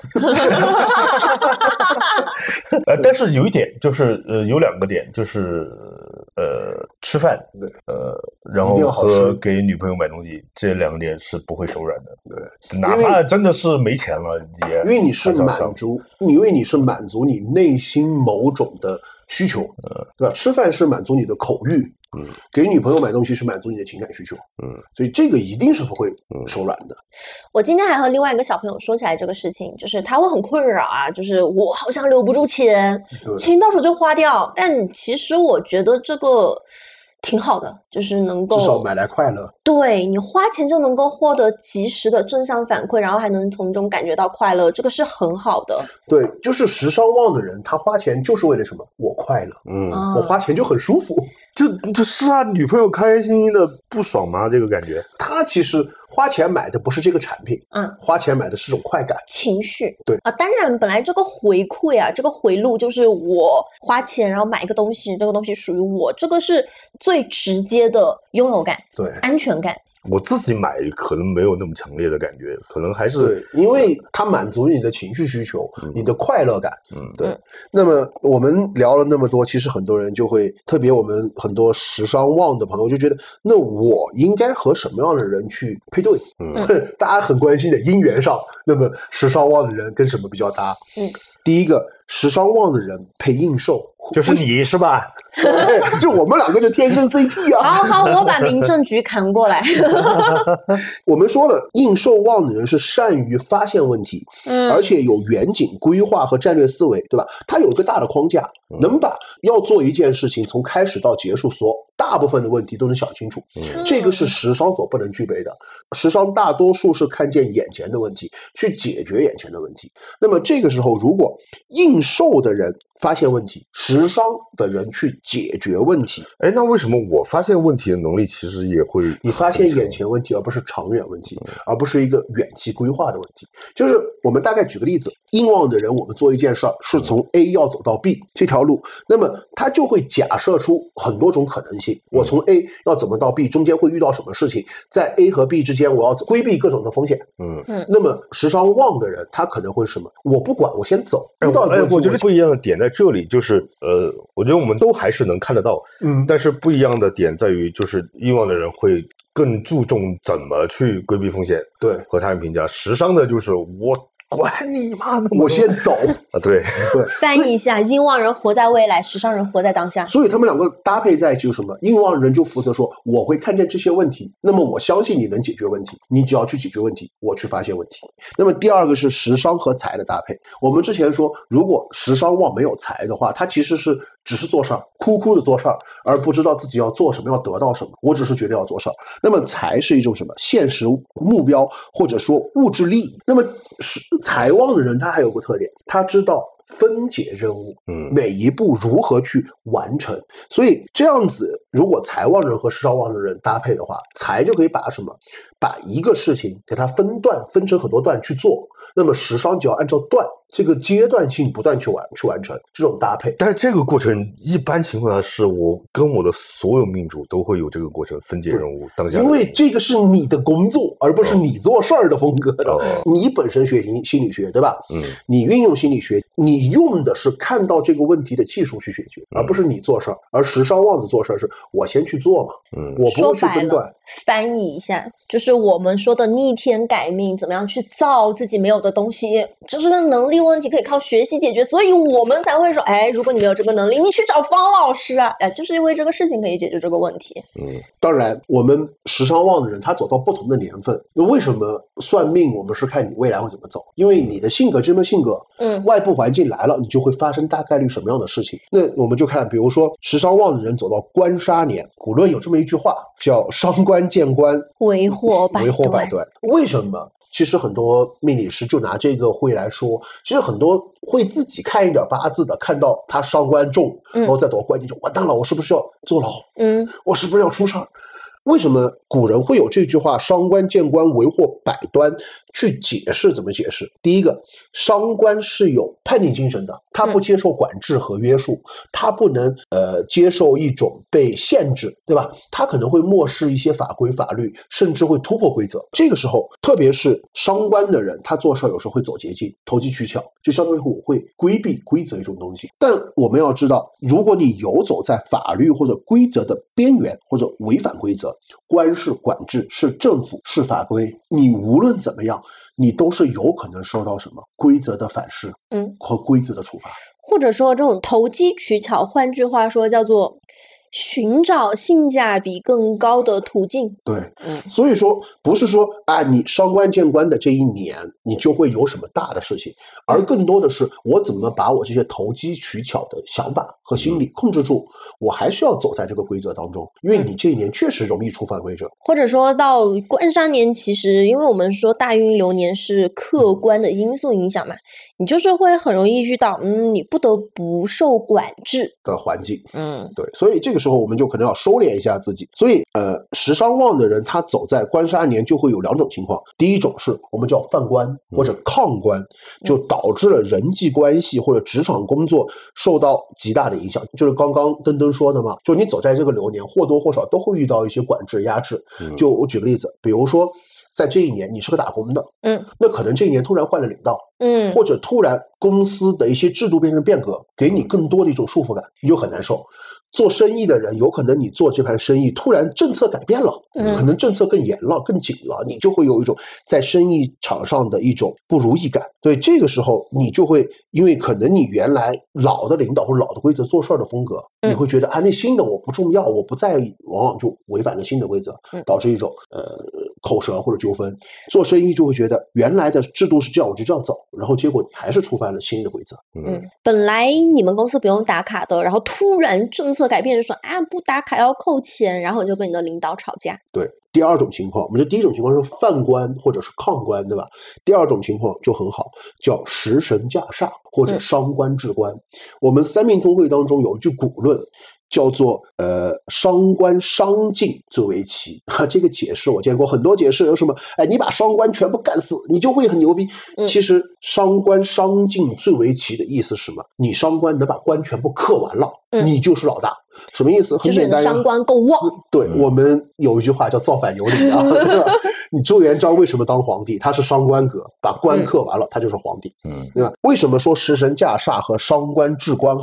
呃，但是有一点就是呃有两个点，就是呃吃饭，呃然后和给女朋友买东西，这两个点是不会手软的。对，哪怕真的是没钱了，也因为你是满足，因为你是满足你内心某种的需求，嗯，对吧？吃饭是满足你的口欲，嗯，给女朋友买东西是满足你的情感需求，嗯，所以这个一定是不会手软的。 我今天还和另外一个小朋友说起来这个事情，就是他会很困扰啊，就是我好像留不住钱，钱到手就花掉，但其实我觉得这个挺好的，就是能够至少买来快乐。 对，你花钱就能够获得及时的正向反馈，然后还能从中感觉到快乐，这个是很好的。 对，就是时尚旺的人，他花钱就是为了什么？我快乐，嗯，我花钱就很舒服， 就就是啊，女朋友开开心心的不爽吗？这个感觉， 他其实花钱买的不是这个产品，嗯，花钱买的是种快感、 情绪。 对啊，当然，本来这个回馈啊，这个回路就是我花钱然后买一个东西，这个东西属于我，这个是最直接的拥有感， 对， 安全感。 我自己买可能没有那么强烈的感觉，可能还是对，因为它满足你的情绪需求，嗯、你的快乐感。嗯，对。嗯、那么我们聊了那么多，其实很多人就会，特别我们很多时尚旺的朋友就觉得，那我应该和什么样的人去配对？嗯，大家很关心的姻缘上，那么时尚旺的人跟什么比较搭？嗯，第一个。时尚旺的人配应售， 就是你是吧？ 对，就我们两个就天生 C P 啊！ 好好，我把民政局扛过来。 我们说了，应售旺的人是善于发现问题，嗯，而且有远景规划和战略思维，对吧？他有一个大的框架，能把要做一件事情从开始到结束，所大部分的问题都能想清楚。嗯，这个是时尚所不能具备的。时尚大多数是看见眼前的问题，去解决眼前的问题。那么这个时候，如果应售的人发现问题，时尚的人去解决问题。 哎，那为什么我发现问题的能力其实也会？ 你发现眼前问题，而不是长远问题，而不是一个远期规划的问题。就是我们大概举个例子，应旺的人，我们做一件事儿是从 A 要走到 B 这条路，那么他就会假设出很多种可能性。我从 A 要怎么到 B， 中间会遇到什么事情？在 A 和 B 之间，我要规避各种的风险。嗯嗯。那么时尚旺的人，他可能会什么？我不管，我先走。遇到哎，我觉得不一样的点在这里，就是呃，我觉得我们都还是能看得到，嗯，但是不一样的点在于，就是应旺的人会更注重怎么去规避风险， 对， 和他人评价。时尚的就是我管你妈的， 我先走啊！对对， 翻译一下，硬旺人活在未来，时尚人活在当下。 所以他们两个搭配在一起就是什么？硬旺人就负责说，我会看见这些问题，那么我相信你能解决问题，你只要去解决问题，我去发现问题。那么第二个是时商和财的搭配。我们之前说，如果时商旺没有财的话，他其实是只是做事儿，哭哭的做事儿，而不知道自己要做什么，要得到什么。我只是觉得要做事儿。那么财是一种什么？现实目标或者说物质利益。那么是财旺的人，他还有个特点，他知道分解任务， 嗯， 每一步如何去完成。所以这样子，如果财旺人和时商旺的人搭配的话，财就可以把什么，把一个事情给它分段，分成很多段去做。那么时商只要按照段这个阶段性不断去完去完成这种搭配。 但是这个过程一般情况下是我跟我的所有命主都会有这个过程，分解任务当下， 因为这个是你的工作，而不是你做事儿的风格的。 哦、 你本身学心理学，对吧？ 嗯， 你运用心理学，你用的是看到这个问题的技术去解决，而不是你做事儿。而时商旺的做事儿是我先去做嘛， 嗯， 我不会去分段。 翻译一下，就是我们说的逆天改命，怎么样去造自己没有的东西，就是能力问题可以靠学习解决，所以我们才会说，哎，如果你没有这个能力，你去找方老师啊，哎，就是因为这个事情可以解决这个问题。 嗯， 当然，我们时商旺的人，他走到不同的年份，那为什么算命我们是看你未来会怎么走？因为你的性格，这么性格， 嗯， 外部环境来了，你就会发生大概率什么样的事情？那我们就看，比如说时商旺的人走到官杀年，古论有这么一句话，叫伤官见官， 为祸百为祸百端。为什么？其实很多命理师就拿这个会来说，其实很多会自己看一点八字的，看到他伤官重，然后再走官，你就完蛋了，我是不是要坐牢？ 嗯， 我是不是要出事儿？为什么古人会有这句话“伤官见官，为祸百端”？去解释怎么解释？第一个，伤官是有叛逆精神的，他不接受管制和约束，他不能呃接受一种被限制，对吧？他可能会漠视一些法规法律，甚至会突破规则。这个时候，特别是伤官的人，他做事有时候会走捷径，投机取巧，就相当于我会规避规则一种东西。但我们要知道，如果你游走在法律或者规则的边缘，或者违反规则，官是管制，是政府，是法规，你无论怎么样，你都是有可能受到什么规则的反噬， 嗯， 和规则的处罚， 或者说这种投机取巧，换句话说叫做寻找性价比更高的途径。 对， 嗯， 所以说不是说啊，你伤官见官的这一年，你就会有什么大的事情，而更多的是我怎么把我这些投机取巧的想法和心理控制住，我还是要走在这个规则当中，因为你这一年确实容易触犯规则。 或者说到官杀年，其实因为我们说大运流年是客观的因素影响嘛，你就是会很容易遇到，嗯，你不得不受管制的环境， 嗯， 对，所以这个时候我们就可能要收敛一下自己。所以，呃，时商旺的人，他走在官杀年就会有两种情况，第一种是我们叫犯官或者抗官，就导致了人际关系或者职场工作受到极大的影响。就是刚刚登登说的嘛，就你走在这个流年，或多或少都会遇到一些管制压制。就我举个例子，比如说在这一年你是个打工的， 嗯， 那可能这一年突然换了领导， 嗯， 或者突然公司的一些制度变成变革，给你更多的一种束缚感，你就很难受。做生意的人，有可能你做这盘生意，突然政策改变了， 嗯， 可能政策更严了、更紧了，你就会有一种在生意场上的一种不如意感。所以这个时候，你就会因为可能你原来老的领导或老的规则做事儿的风格， 嗯， 你会觉得啊，那新的我不重要，我不在意，往往就违反了新的规则，导致一种呃口舌或者纠纷。做生意就会觉得原来的制度是这样，我就这样走，然后结果你还是触犯了新的规则。 嗯，本来你们公司不用打卡的，然后突然政策改变，说啊不打卡要扣钱，然后你就跟你的领导吵架。 对，第二种情况，我们这第一种情况是犯官或者是抗官，对吧？第二种情况就很好，叫食神驾煞或者伤官制官。嗯，我们三命通会当中有一句古论，叫做呃伤官伤尽最为奇。哈，这个解释我见过很多解释，有什么哎你把伤官全部干死，你就会很牛逼。 嗯， 其实伤官伤尽最为奇的意思是什么？你伤官能把官全部克完了，嗯，你就是老大。什么意思？很简单， 就是伤官够旺。 对，我们有一句话叫造反有理啊，对吧？你朱元璋为什么当皇帝？他是伤官格，把官克完了，他就是皇帝。嗯，对吧？为什么说食神驾煞和伤官制官好？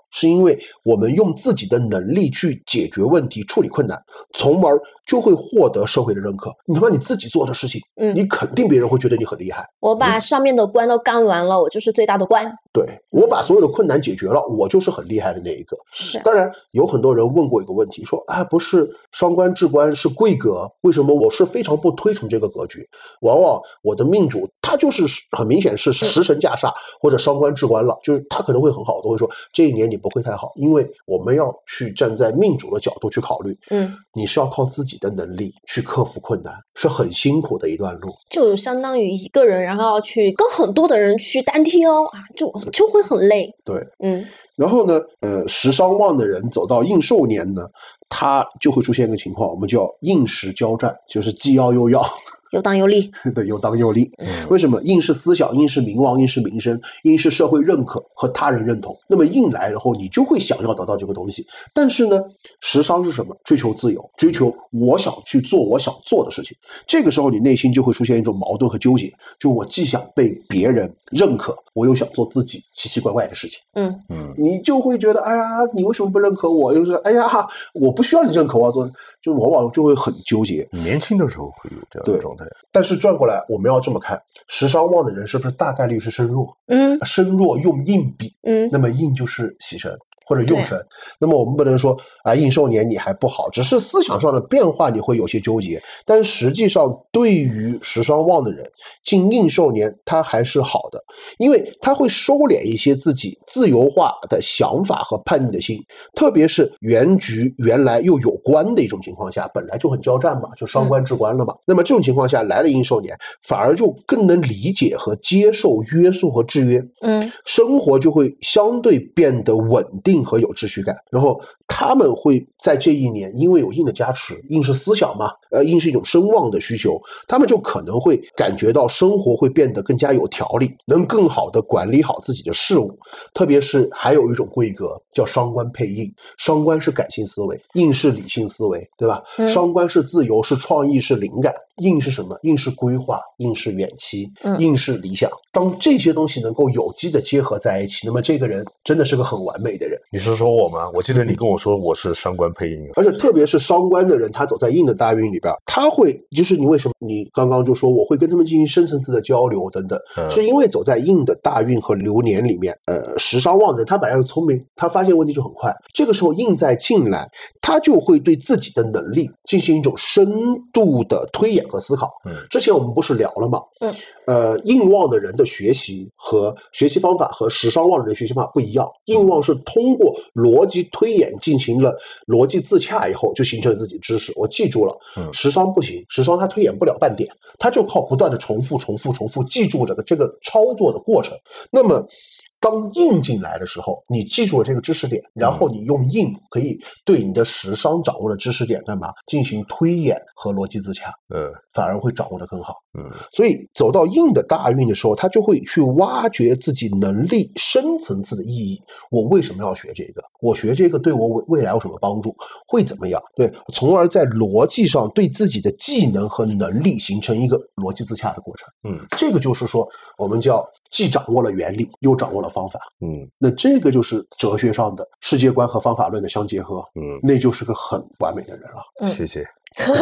是因为我们用自己的能力去解决问题、处理困难，从而就会获得社会的认可。你他妈你自己做的事情， 嗯， 你肯定别人会觉得你很厉害。 我把上面的关都干完了，我就是最大的关。 对，我把所有的困难解决了，我就是很厉害的那一个。 是， 当然有很多人问过一个问题，说啊，不是伤官至官是贵格，为什么我是非常不推崇这个格局？往往我的命主他就是很明显是食神驾煞或者伤官至官了，就是他可能会很好，都会说这一年你不会太好，因为我们要去站在命主的角度去考虑， 嗯， 你是要靠自己的能力去克服困难，是很辛苦的一段路， 就相当于一个人，然后要去跟很多的人去单挑啊，就就会很累。 对， 嗯。 然后呢，呃，食伤旺的人走到应寿年呢，他就会出现一个情况，我们叫应时交战，就是既要又要。 有当有立， 对，有当有立。 嗯、 为什么？应是思想，应是名望，应是名声，应是社会认可和他人认同。那么应来了后，你就会想要得到这个东西。但是呢，食伤是什么？追求自由，追求我想去做我想做的事情。这个时候，你内心就会出现一种矛盾和纠结，就我既想被别人认可，我又想做自己奇奇怪怪的事情。 嗯嗯，你就会觉得，哎呀，你为什么不认可我？又是哎呀，我不需要你认可我要做，就往往就会很纠结。 年轻的时候会有这样的状态。 但是转过来，我们要这么看，食伤旺的人是不是大概率是身弱？ 嗯， 身弱用印比， 嗯， 那么印就是喜神或者用神。那么我们不能说啊，应寿年你还不好，只是思想上的变化你会有些纠结。但实际上，对于食伤旺的人，进应寿年他还是好的，因为他会收敛一些自己自由化的想法和叛逆的心，特别是原局原来又有官的一种情况下，本来就很交战嘛，就伤官至官了嘛。嗯、那么这种情况下来了应寿年，反而就更能理解和接受约束和制约， 嗯， 生活就会相对变得稳定和有秩序感。然后他们会在这一年，因为有印的加持，印是思想嘛，呃，印是一种声望的需求，他们就可能会感觉到生活会变得更加有条理，能更好的管理好自己的事物。特别是还有一种贵格叫伤官配印，伤官是感性思维，印是理性思维，对吧？嗯、伤官是自由，是创意，是灵感。印是什么？印是规划，印是远期，印是理想。当这些东西能够有机的结合在一起，那么这个人真的是个很完美的人。 你是说我吗？我记得你跟我说我是伤官配印， 而且特别是伤官的人，他走在印的大运里边，他会就是你为什么你刚刚就说我会跟他们进行深层次的交流等等，嗯、是因为走在印的大运和流年里面，呃，食伤旺的人他本来就聪明，他发现问题就很快。这个时候印在进来，他就会对自己的能力进行一种深度的推演和思考。嗯，之前我们不是聊了吗？嗯，呃，印旺的人的学习和学习方法和食伤旺的人学习方法不一样。印旺是通过逻辑推演进行了逻辑自洽以后，就形成了自己知识，我记住了。嗯，食伤不行，食伤他推演不了半点，他就靠不断的重复、重复、重复，记住这个这个操作的过程。那么当印进来的时候，你记住了这个知识点，然后你用印可以对你的食伤掌握的知识点干嘛进行推演和逻辑自洽，嗯，反而会掌握得更好，嗯。所以走到印的大运的时候，他就会去挖掘自己能力深层次的意义。我为什么要学这个？我学这个对我未来有什么帮助？会怎么样？对，从而在逻辑上对自己的技能和能力形成一个逻辑自洽的过程，嗯。这个就是说，我们叫既掌握了原理，又掌握了方法，嗯，那这个就是哲学上的世界观和方法论的相结合，嗯，那就是个很完美的人了。 嗯、 谢谢。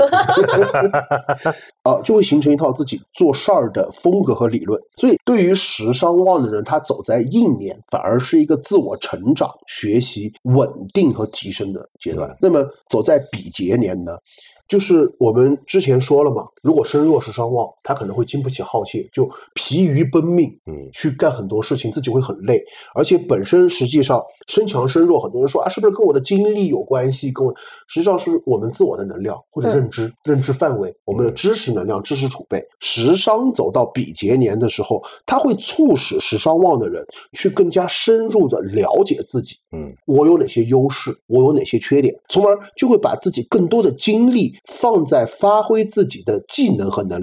啊，就会形成一套自己做事儿的风格和理论。所以，对于食伤旺的人，他走在印年，反而是一个自我成长、学习、稳定和提升的阶段。嗯、那么，走在比劫年呢？就是我们之前说了嘛，如果身弱食伤旺，他可能会经不起浩劫，就疲于奔命，嗯，去干很多事情，自己会很累。而且本身实际上身强身弱，很多人说啊，是不是跟我的经历有关系？跟我实际上是我们自我的能量或者认知、嗯、认知范围，我们的知识能量、知识储备。食伤走到比劫年的时候，它会促使食伤旺的人去更加深入的了解自己，嗯，我有哪些优势，我有哪些缺点，从而就会把自己更多的精力放在发挥自己的技能和能力上。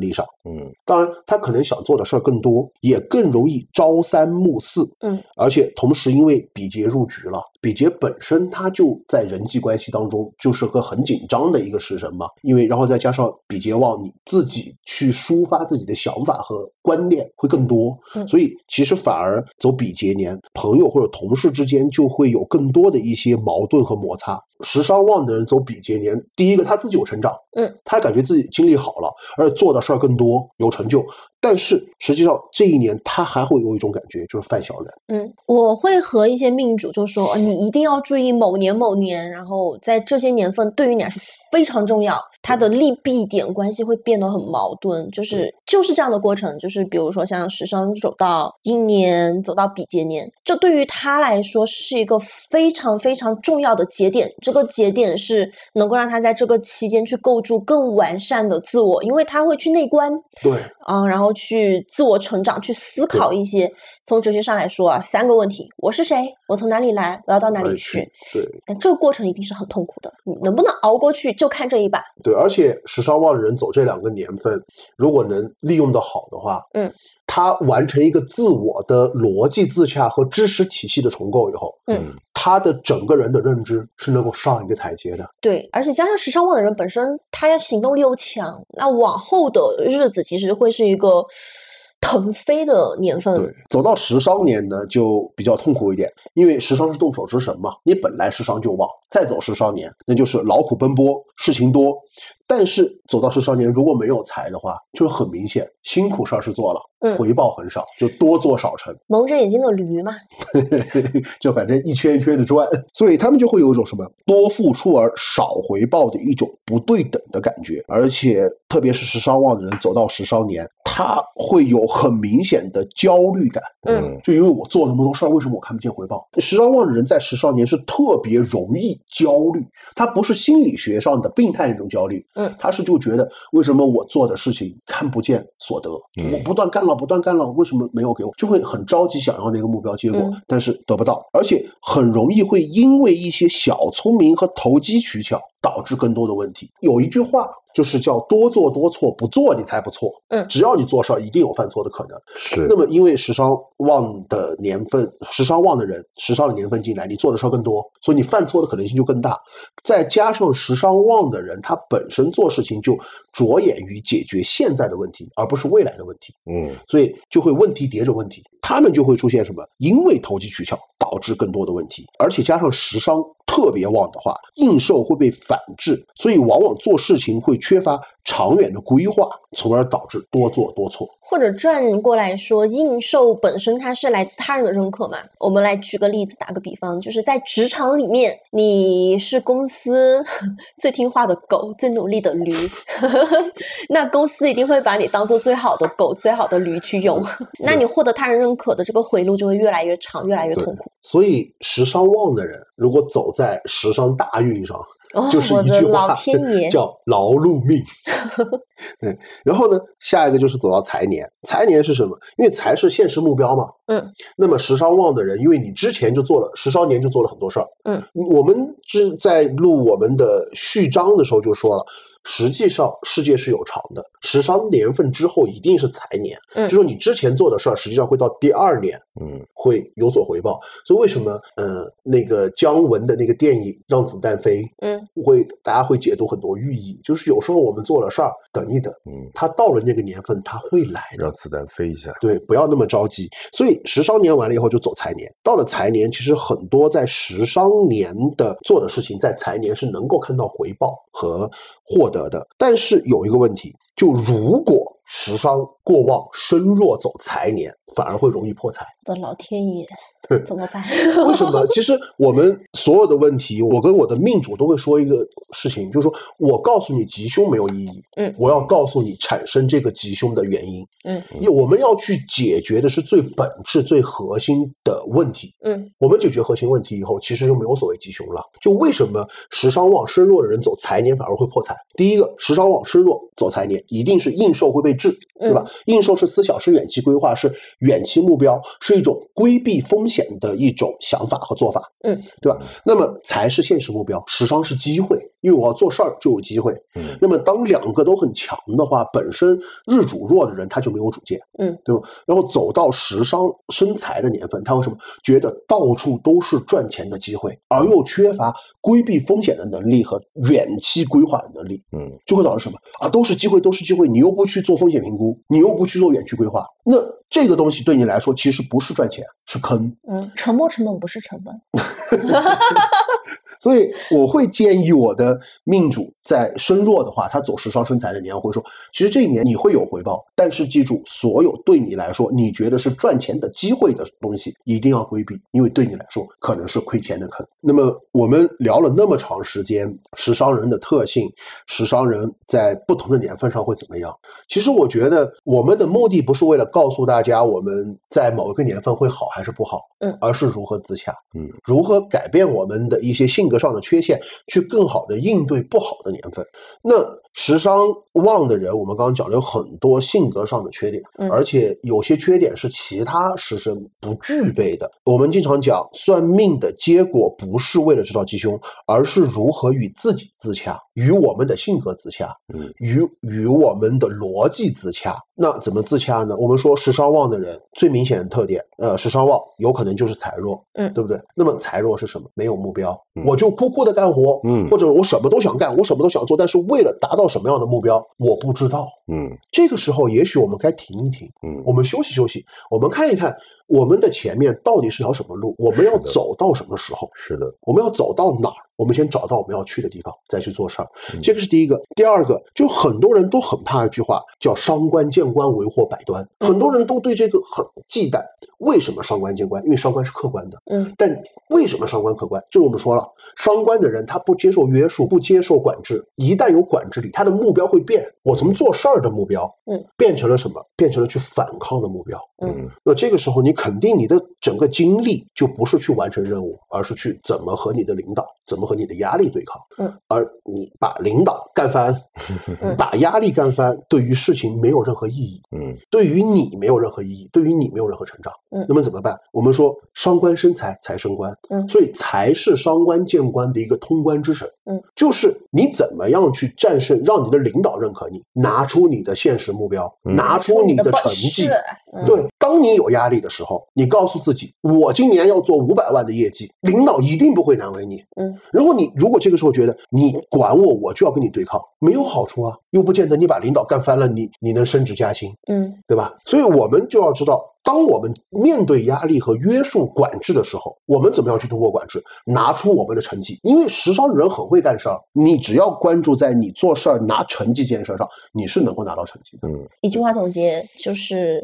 嗯， 当然他可能想做的事儿更多，也更容易朝三暮四。 嗯， 而且同时因为比劫入局了，比劫本身它就在人际关系当中就是个很紧张的一个食神嘛，因为然后再加上比劫旺，你自己去抒发自己的想法和观念会更多。 嗯， 所以其实反而走比劫年，朋友或者同事之间就会有更多的一些矛盾和摩擦。食伤旺的人走比劫年，第一个他自己有成长， 嗯， 他感觉自己经历好了，而且做的事儿更多，有成就。但是实际上这一年他还会有一种感觉，就是犯小人。 嗯，我会和一些命主就说，你一定要注意某年某年，然后在这些年份对于你来说非常重要，它的利弊点关系会变得很矛盾，就是就是这样的过程。就是比如说像食伤走到阴年，走到比劫年，这对于他来说是一个非常非常重要的节点。这个节点是能够让他在这个期间去构筑更完善的自我，因为他会去内观， 对， 嗯，然后去自我成长，去思考一些。从哲学上来说啊，三个问题：我是谁？我从哪里来？我要到哪里去？ 对， 但这个过程一定是很痛苦的，你能不能熬过去，就看这一把。 对，而且食伤旺的人走这两个年份，如果能利用的好的话， 嗯， 他完成一个自我的逻辑自洽和知识体系的重构以后， 嗯， 他的整个人的认知是能够上一个台阶的。 对，而且加上食伤旺的人本身他行动力又强，那往后的日子其实会是一个腾飞的年份。 对，走到食伤年呢就比较痛苦一点，因为食伤是动手之神嘛，你本来食伤就旺，再走食伤年那就是劳苦奔波，事情多。但是走到食伤年如果没有财的话，就很明显辛苦事儿是做了， 嗯， 回报很少，就多做少成， 蒙着眼睛的驴嘛。 就反正一圈一圈的转，所以他们就会有一种什么多付出而少回报的一种不对等的感觉。而且特别是食伤旺的人走到食伤年，他会有很明显的焦虑感。 嗯， 就因为我做那么多事儿，为什么我看不见回报？食伤旺的人在食伤年是特别容易焦虑，他不是心理学上的病态那种焦虑， 嗯， 他是就觉得为什么我做的事情看不见所得， 嗯， 我不断干了不断干了，为什么没有给我？就会很着急想要那个目标结果， 嗯， 但是得不到，而且很容易会因为一些小聪明和投机取巧导致更多的问题。有一句话就是叫多做多错，不做你才不错。 嗯， 只要你做事儿，一定有犯错的可能。 是。 那么因为食伤旺的年份，食伤旺的人，食伤的年份进来，你做的事儿更多，所以你犯错的可能性就更大。再加上食伤旺的人，他本身做事情就着眼于解决现在的问题，而不是未来的问题。 嗯， 所以就会问题叠着问题，他们就会出现什么？因为投机取巧导致更多的问题，而且加上食伤特别旺的话，应受会被反制，所以往往做事情会缺乏长远的规划，从而导致多做多错。 或者转过来说，应受本身它是来自他人的认可嘛。我们来举个例子，打个比方，就是在职场里面，你是公司最听话的狗，最努力的驴，那公司一定会把你当做最好的狗、最好的驴去用。那你获得他人认可的这个回路就会越来越长，越来越痛苦。 所以食伤旺的人，如果走在食伤大运上， 哦， 就是一句话老天爷叫劳碌命。对，然后呢，下一个就是走到财年。财年是什么？因为财是现实目标嘛。 嗯。 那么食伤旺的人，因为你之前就做了食伤年就做了很多事儿。 嗯。 我们是在录我们的序章的时候就说了，实际上世界是有常的，食伤年份之后一定是财年。 嗯。 就说你之前做的事儿，实际上会到第二年， 嗯， 会有所回报。所以为什么呃那个姜文的那个电影《让子弹飞》， 嗯， 会大家会解读很多寓意，就是有时候我们做了事儿，等一等， 嗯， 他到了那个年份，他会来的。 让子弹飞一下。 对，不要那么着急。所以食伤年完了以后就走财年，到了财年，其实很多在食伤年的做的事情，在财年是能够看到回报和获得的。但是有一个问题，就如果食伤过旺，身弱走财年，反而会容易破财。 我的老天爷，怎么办？ 为什么？其实我们所有的问题，我跟我的命主都会说一个事情，就是说我告诉你吉凶没有意义， 嗯， 我要告诉你产生这个吉凶的原因， 嗯， 因为我们要去解决的是最本质、最核心的问题， 嗯， 我们解决核心问题以后，其实就没有所谓吉凶了。就为什么食伤旺身弱的人走财年反而会破财？第一个，食伤旺身弱走财年， 一定是应受会被治，对吧？嗯、应受是思想，是远期规划，是远期目标，是一种规避风险的一种想法和做法， 嗯， 对吧？那么财是现实目标，时商是机会，因为我要做事儿就有机会。嗯，那么当两个都很强的话，本身日主弱的人他就没有主见， 嗯， 对吧？然后走到时商生财的年份，他为什么觉得到处都是赚钱的机会，而又缺乏规避风险的能力和远期规划的能力？嗯，就会导致什么啊？都是机会，都是机会，你又不去做风险评估，你又不去做远期规划，那这个东西对你来说其实不是赚钱，是坑。 嗯，沉没成本不是成本。 所以我会建议我的命主在身弱的话，他走时商生财的年，我会说，其实这一年你会有回报，但是记住，所有对你来说你觉得是赚钱的机会的东西一定要规避，因为对你来说可能是亏钱的坑。那么我们聊了那么长时间时商人的特性，时商人在不同的年份上会怎么样，其实我觉得我们的目的不是为了告诉大家我们在某一个年份会好还是不好， 嗯， 而是如何自洽，嗯，如何改变我们的一些性格上的缺陷，去更好的应对不好的年份。那时商旺的人，我们刚刚讲了有很多性格上的缺点， 嗯， 而且有些缺点是其他时神不具备的。我们经常讲，算命的结果不是为了知道吉凶，而是如何与自己自洽，与我们的性格自洽， 嗯， 与与我们的逻辑自洽。那怎么自洽呢？我们说时商旺的人最明显的特点，呃，时商旺有可能就是财弱， 嗯， 对不对？那么财弱是什么？没有目标， 嗯、 我就酷酷的干活， 嗯， 或者我什么都想干，我什么都想做，但是为了达到什么样的目标，我不知道， 嗯， 这个时候也许我们该停一停， 嗯， 我们休息休息，我们看一看我们的前面到底是条什么路，我们要走到什么时候？ 是的， 我们要走到哪儿？我们先找到我们要去的地方，再去做事儿。这个是第一个。第二个，就很多人都很怕一句话，叫伤官见官为祸百端。很多人都对这个很忌惮。为什么伤官见官？因为伤官是客观的。 嗯。 但为什么伤官客观？就是我们说了，伤官的人他不接受约束，不接受管制。一旦有管制力，他的目标会变。我从做事儿的目标， 嗯， 变成了什么？变成了去反抗的目标。 嗯。 那这个时候，你肯定你的整个精力就不是去完成任务，而是去怎么和你的领导，怎么和你的压力对抗。 嗯。 而你把领导干翻，把压力干翻，对于事情没有任何意义。 嗯。 对于你没有任何意义，对于你没有任何成长。 嗯。 那么怎么办？我们说伤官生财，财生官。 嗯。 所以财是伤官见官的一个通关之神。 嗯。 就是你怎么样去战胜，让你的领导认可你，拿出你的现实目标， 嗯、 拿出你的成绩。 嗯、 对，当你有压力的时候，你告诉自己，我今年要做五百万的业绩，领导一定不会难为你。 嗯。 然后你如果这个时候觉得你管我，我就要跟你对抗，没有好处啊，又不见得你把领导干翻了，你你能升职加薪， 嗯， 对吧？所以我们就要知道，当我们面对压力和约束管制的时候，我们怎么样去突破管制，拿出我们的成绩。因为时商人很会干事儿，你只要关注在你做事儿拿成绩这件事上，你是能够拿到成绩的。 嗯， 一句话总结就是，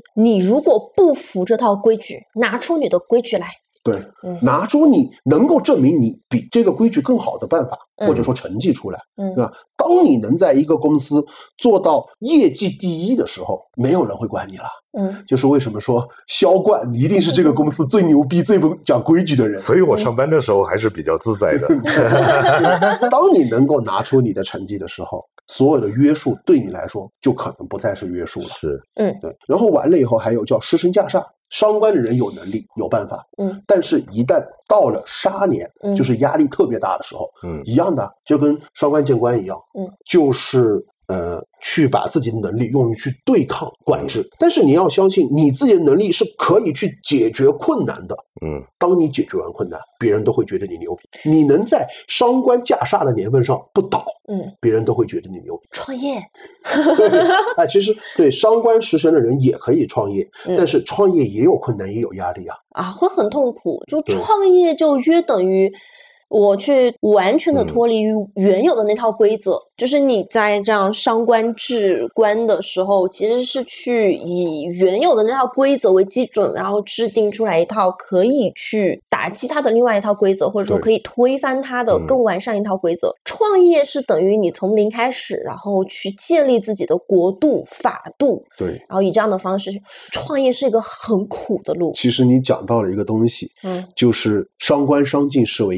你如果不服这套规矩，拿出你的规矩来。 对， 嗯、 拿出你能够证明你比这个规矩更好的办法， 嗯、 或者说成绩出来， 嗯， 对吧？当你能在一个公司做到业绩第一的时候，没有人会管你了。 嗯， 就是为什么说销冠一定是这个公司最牛逼、最不讲规矩的人。 所以我上班的时候还是比较自在的。 当你能够拿出你的成绩的时候，所有的约束对你来说就可能不再是约束了。 是， 嗯， 对。然后完了以后还有叫时辰驾煞。伤官的人有能力有办法， 嗯， 但是一旦到了杀年， 嗯， 就是压力特别大的时候， 嗯， 一样的，就跟伤官见官一样， 嗯， 就是呃，去把自己的能力用于去对抗管制。但是你要相信，你自己的能力是可以去解决困难的。 嗯，当你解决完困难，别人都会觉得你牛逼。你能在伤官驾煞的年份上不倒， 嗯， 别人都会觉得你牛逼。 创业， 对，哎，其实对伤官食神的人也可以创业， 嗯， 但是创业也有困难，也有压力啊。 啊，会很痛苦。就创业就约等于我去完全的脱离于原有的那套规则，嗯，就是你在这样伤官治官的时候，其实是去以原有的那套规则为基准，然后制定出来一套可以去打击它的另外一套规则，或者说可以推翻它的更完善一套规则。嗯，创业是等于你从零开始，然后去建立自己的国度、法度， 对， 然后以这样的方式去创业是一个很苦的路。 其实你讲到了一个东西， 嗯， 就是伤官伤尽是为奇。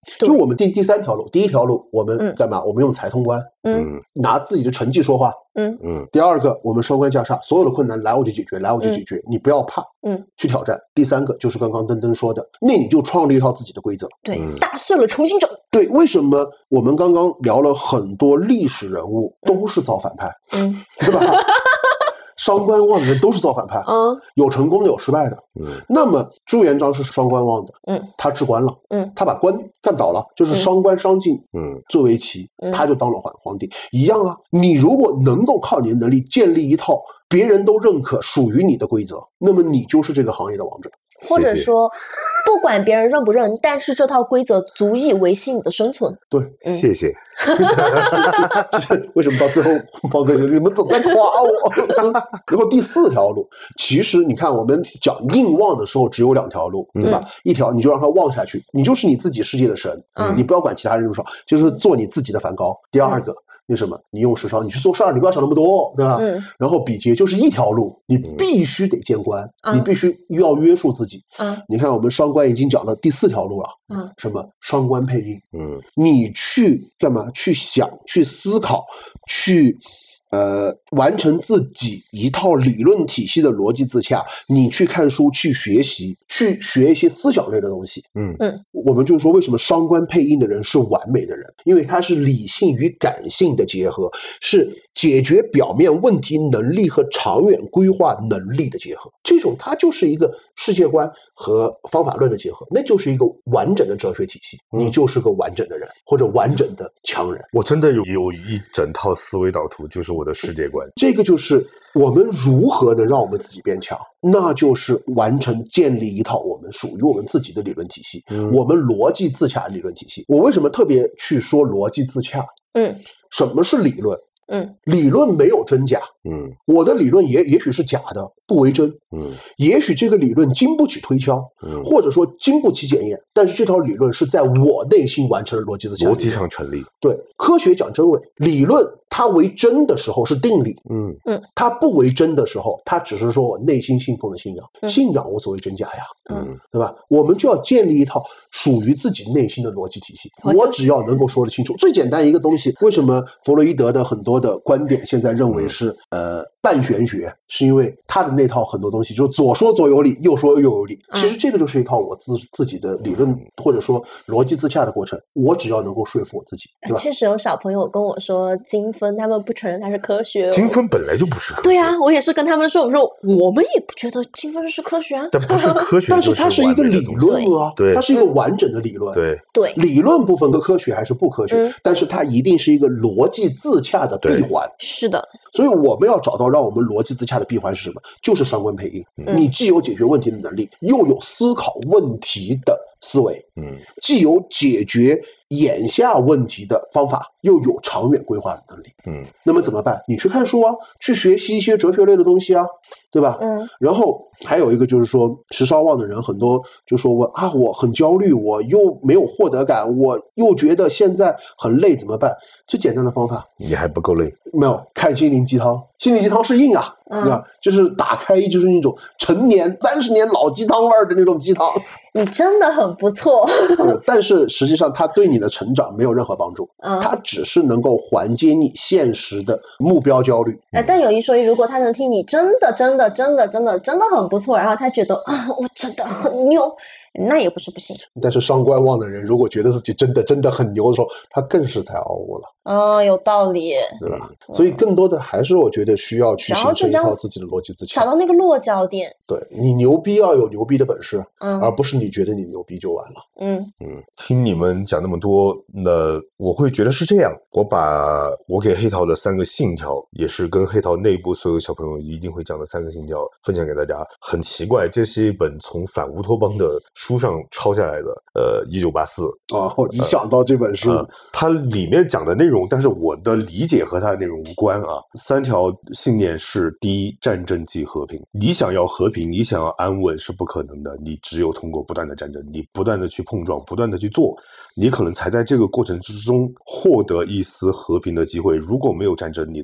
就我们第第三条路，第一条路我们干嘛？嗯、我们用财通关， 嗯， 拿自己的成绩说话， 嗯嗯。第二个，我们双关架上，所有的困难来我就解决，来我就解决，嗯、你不要怕， 嗯， 去挑战。第三个就是刚刚登登说的，那你就创立一套自己的规则， 对，嗯、打碎了重新整。 对，为什么我们刚刚聊了很多历史人物都是造反派， 嗯， 对吧？双观望的人都是造反派， 嗯， 有成功的，有失败的。嗯，那么朱元璋是双观望的， 嗯， 他治官了， 嗯， 他把官干倒了，就是伤官伤尽， 嗯， 作为棋， 嗯、 他就当了皇皇帝。一样啊，你如果能够靠你的能力建立一套别人都认可、属于你的规则，那么你就是这个行业的王者。 或者说，不管别人认不认，但是这套规则足以维系你的生存。 对， 嗯、 谢谢。 就是为什么到最后，方哥就你们总在夸我。然后第四条路，其实你看我们讲硬望的时候，只有两条路，对吧？嗯、一条你就让他望下去，你就是你自己世界的神，嗯、你不要管其他人怎么说，就是做你自己的梵高。第二个。嗯那什么？你用时商，你去做事儿，你不要想那么多，对吧？ 嗯。 然后比劫就是一条路，你必须得见官， 嗯、 你必须要约束自己。 嗯。 你看，我们商官已经讲了第四条路了。 嗯。 什么？商官配印。 嗯。 你去干嘛？去想，去思考，去。呃，完成自己一套理论体系的逻辑自洽，你去看书，去学习，去学一些思想类的东西。 嗯嗯， 我们就是说，为什么伤官配印的人是完美的人？因为他是理性与感性的结合，是解决表面问题能力和长远规划能力的结合。这种它就是一个世界观和方法论的结合，那就是一个完整的哲学体系。你就是个完整的人，或者完整的强人。 我真的有有一整套思维导图，就是我的世界观。 这个就是我们如何能让我们自己变强，那就是完成建立一套我们属于我们自己的理论体系，嗯、我们逻辑自洽理论体系。我为什么特别去说逻辑自洽？ 嗯， 什么是理论？ 嗯， 理论没有真假。 嗯， 我的理论也也许是假的，不为真。 嗯， 也许这个理论经不起推敲，嗯，或者说经不起检验，但是这套理论是在我内心完成了逻辑自洽， 逻辑上成立。 对，科学讲真伪，理论它为真的时候是定理， 嗯嗯， 它不为真的时候，它只是说我内心信奉的信仰， 嗯、 信仰无所谓真假呀， 嗯， 对吧？我们就要建立一套属于自己内心的逻辑体系。我只要能够说得清楚，最简单一个东西，为什么弗洛伊德的很多的观点现在认为是、嗯、呃半玄学，是因为他的那套很多东西就左说左有理，右说右有理。其实这个就是一套我自自己的理论或者说逻辑自洽的过程。我只要能够说服我自己，对吧？ 确实有小朋友跟我说精分，他们不承认它是科学。 精分本来就不是科学。 对啊，我也是跟他们说，我说我们也不觉得精分是科学啊。 但不是科学， 但是它是一个理论啊， 对， 它是一个完整的理论。 对对， 理论部分和科学还是不科学，嗯、但是它一定是一个逻辑自洽的闭环。 是的， 所以我们要找到让我们逻辑自洽的闭环是什么？就是伤官配印。嗯、你既有解决问题的能力，又有思考问题的思维， 嗯， 既有解决眼下问题的方法，又有长远规划的能力， 嗯， 那么怎么办？你去看书啊，去学习一些哲学类的东西啊，对吧？ 嗯， 然后还有一个就是说，时尚旺的人很多就说我啊，我很焦虑，我又没有获得感，我又觉得现在很累，怎么办？最简单的方法， 你还不够累， 没有看心灵鸡汤，心灵鸡汤是硬啊， 嗯、 对吧？就是打开就是那种陈年三十年老鸡汤味儿的那种鸡汤。 你真的很不错。 对，但是实际上它对你的成长没有任何帮助， 嗯， 它只是能够缓解你现实的目标焦虑。 哎，但有一说一，如果他能听你真的真的真的真的真的很不错，然后他觉得啊，我真的很牛，那也不是不行。 但是上观望的人，如果觉得自己真的真的很牛的时候，他更是在傲物了。 哦，有道理， 对吧？嗯、所以更多的还是我觉得需要去形成一套自己的逻辑自洽， 找到那个落脚点。 对，你牛逼要有牛逼的本事， 嗯， 而不是你觉得你牛逼就完了。 嗯嗯，听你们讲那么多，那我会觉得是这样。我把我给黑桃的三个信条，也是跟黑桃内部所有小朋友一定会讲的三个信条，分享给大家。很奇怪，这是一本从反乌托邦的书上抄下来的，呃，一九八四。 哦，一想到这本书， 呃呃，它里面讲的内容，但是我的理解和它的内容无关啊。三条信念是：第一，战争即和平。你想要和平，你想要安稳是不可能的，你只有通过不断的战争，你不断的去碰撞，不断的去做，你可能才在这个过程之中获得一丝和平的机会。如果没有战争，你的和平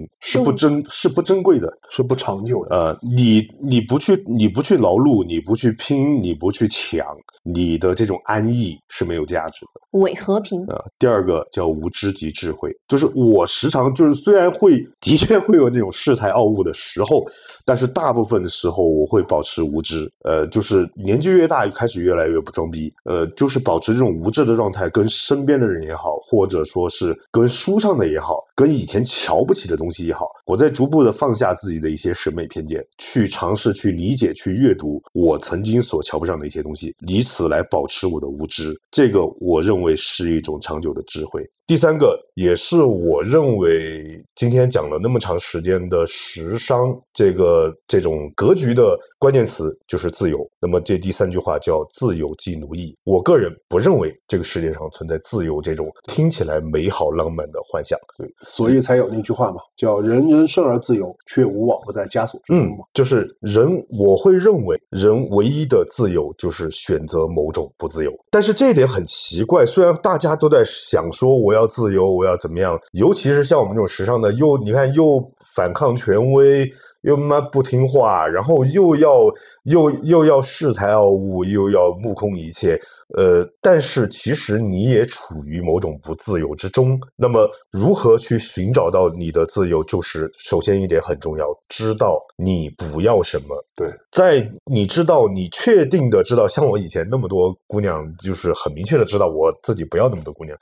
平，是不珍是不珍贵的， 是不长久的。 呃，你你不去你不去劳碌，你不去拼，你不去抢，你的这种安逸是没有价值的。 伪和平啊、呃，第二个叫无知即智慧，就是我时常就是虽然会的确会有那种恃才傲物的时候，但是大部分的时候我会保持无知，呃，就是年纪越大开始越来越不装逼，呃，就是保持这种无知的状态，跟身边的人也好，或者说是跟书上的也好，跟以前瞧不起的东西也好，我在逐步的放下自己的一些审美偏见，去尝试去理解去阅读我曾经所瞧不上的一些东西，以此来保持我的无知，这个我认为是一种长久的智慧。第三个也是我认为今天讲了那么长时间的时商这个这种格局的关键词就是自由。那么这第三句话叫自由即奴役。我个人不认为这个世界上存在自由这种听起来美好浪漫的幻想。 对，所以才有那句话嘛，叫人人生而自由，却无往不在枷锁之中嘛。 嗯，就是人，我会认为人唯一的自由就是选择某种不自由。但是这一点很奇怪，虽然大家都在想说我要自由，我要怎么样，尤其是像我们这种时尚的，又你看又反抗权威，又妈不听话，然后又要又又要恃才傲物，又要目空一切，呃，但是其实你也处于某种不自由之中。那么如何去寻找到你的自由，就是首先一点很重要，知道你不要什么。 对， 在你知道你确定的知道，像我以前那么多姑娘，就是很明确的知道我自己不要那么多姑娘。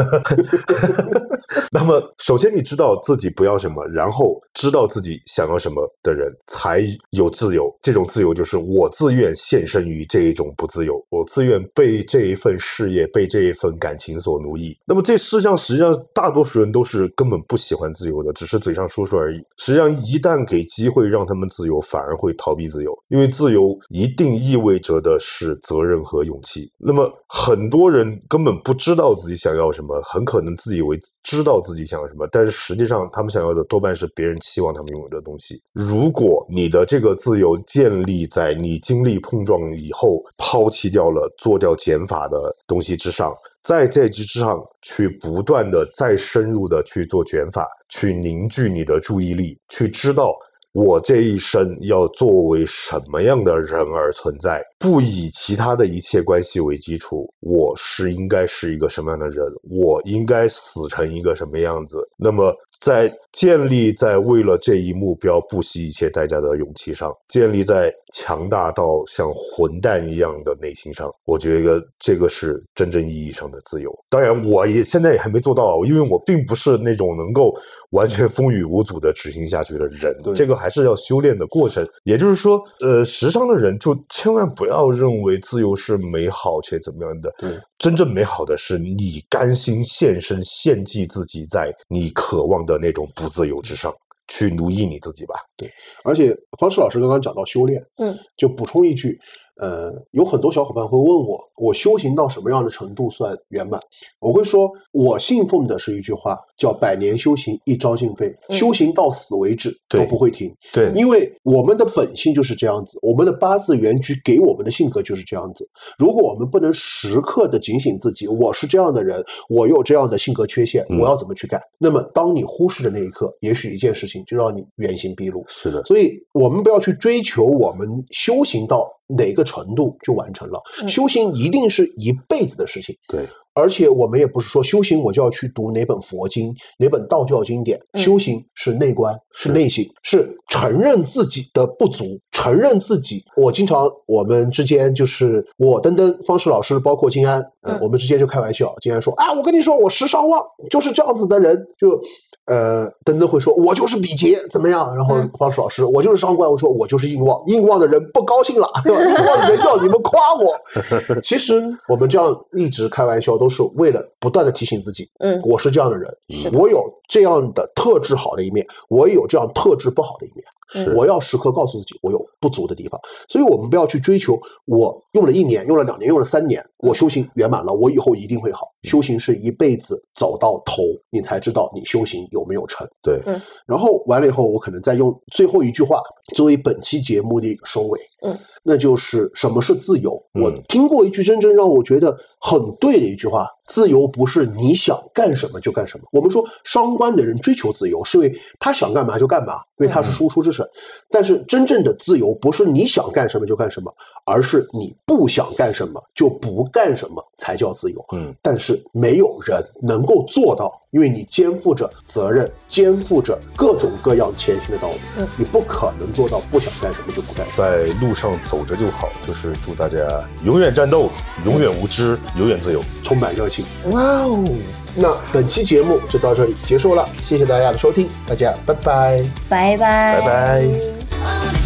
那么首先你知道自己不要什么，然后知道自己想要什么的人才有自由。这种自由就是我自愿献身于这一种不自由，我自愿被这一份事业被这一份感情所奴役。那么这世上实际上大多数人都是根本不喜欢自由的，只是嘴上说说而已。实际上一旦给机会让他们自由，反而会逃避自由，因为自由一定意味着的是责任和勇气。那么很多人根本不知道自己想要什么，很可能自以为知道自己想要什么，但是实际上他们想要的多半是别人期望他们拥有的东西。如果你的这个自由建立在你经历碰撞以后抛弃掉了做掉减法的东西之上，在这之上去不断的再深入的去做减法，去凝聚你的注意力，去知道我这一生要作为什么样的人而存在，不以其他的一切关系为基础，我是应该是一个什么样的人，我应该死成一个什么样子。那么在建立在为了这一目标不惜一切代价的勇气上，建立在强大到像混蛋一样的内心上，我觉得这个是真正意义上的自由。当然我也现在也还没做到，因为我并不是那种能够完全风雨无阻的执行下去的人，这个还是要修炼的过程。也就是说呃，时尚的人就千万不要认为自由是美好且怎么样的， 对， 真正美好的是你甘心献身献祭自己在你渴望的那种不自由之上，去奴役你自己吧。 对，而且方式老师刚刚讲到修炼， 嗯， 就补充一句，呃，有很多小伙伴会问我，我修行到什么样的程度算圆满？我会说，我信奉的是一句话，叫百年修行一朝尽废， 嗯、 修行到死为止都不会停。 对， 因为我们的本性就是这样子，我们的八字原局给我们的性格就是这样子。如果我们不能时刻的警醒自己，我是这样的人，我有这样的性格缺陷，我要怎么去改？嗯、那么当你忽视的那一刻，也许一件事情就让你原形毕露。 是的， 所以我们不要去追求我们修行到哪个程度就完成了， 嗯、 修行一定是一辈子的事情。 对， 而且我们也不是说修行我就要去读哪本佛经哪本道教经典， 嗯、 修行是内观，是内省，是承认自己的不足，承认自己。我经常我们之间就是我登登方式老师包括金安、呃嗯、我们之间就开玩笑，金安说啊，我跟你说我时尚旺就是这样子的人，就呃登登会说我就是比劫怎么样，然后方式老师、嗯、我就是商官，我说我就是硬旺，硬旺的人不高兴了，对吧？硬旺的人要你们夸我。其实我们这样一直开玩笑都是为了不断的提醒自己， 嗯， 我是这样的人， 是我有这样的特质好的一面，我也有这样特质不好的一面， 是我要时刻告诉自己我有不足的地方。所以我们不要去追求我用了一年用了两年用了三年我修行圆满了，我以后一定会好。修行是一辈子走到头你才知道你修行有没有成。 对， 嗯， 然后完了以后我可能再用最后一句话作为本期节目的一个收尾， 嗯， 那就是什么是自由、 嗯、 我听过一句真正让我觉得很对的一句话， 自由不是你想干什么就干什么。我们说商官的人追求自由，是因为他想干嘛就干嘛，因为他是输出之神。但是真正的自由不是你想干什么就干什么，而是你不想干什么就不干什么才叫自由。嗯，但是没有人能够做到，因为你肩负着责任，肩负着各种各样前行的道路。嗯，你不可能做到不想干什么就不干什么。 在路上走着就好，就是祝大家永远战斗，永远无知，永远自由， 充满热情。哇哦！那本期节目就到这里结束了，谢谢大家的收听，大家拜拜， 拜拜， 拜拜。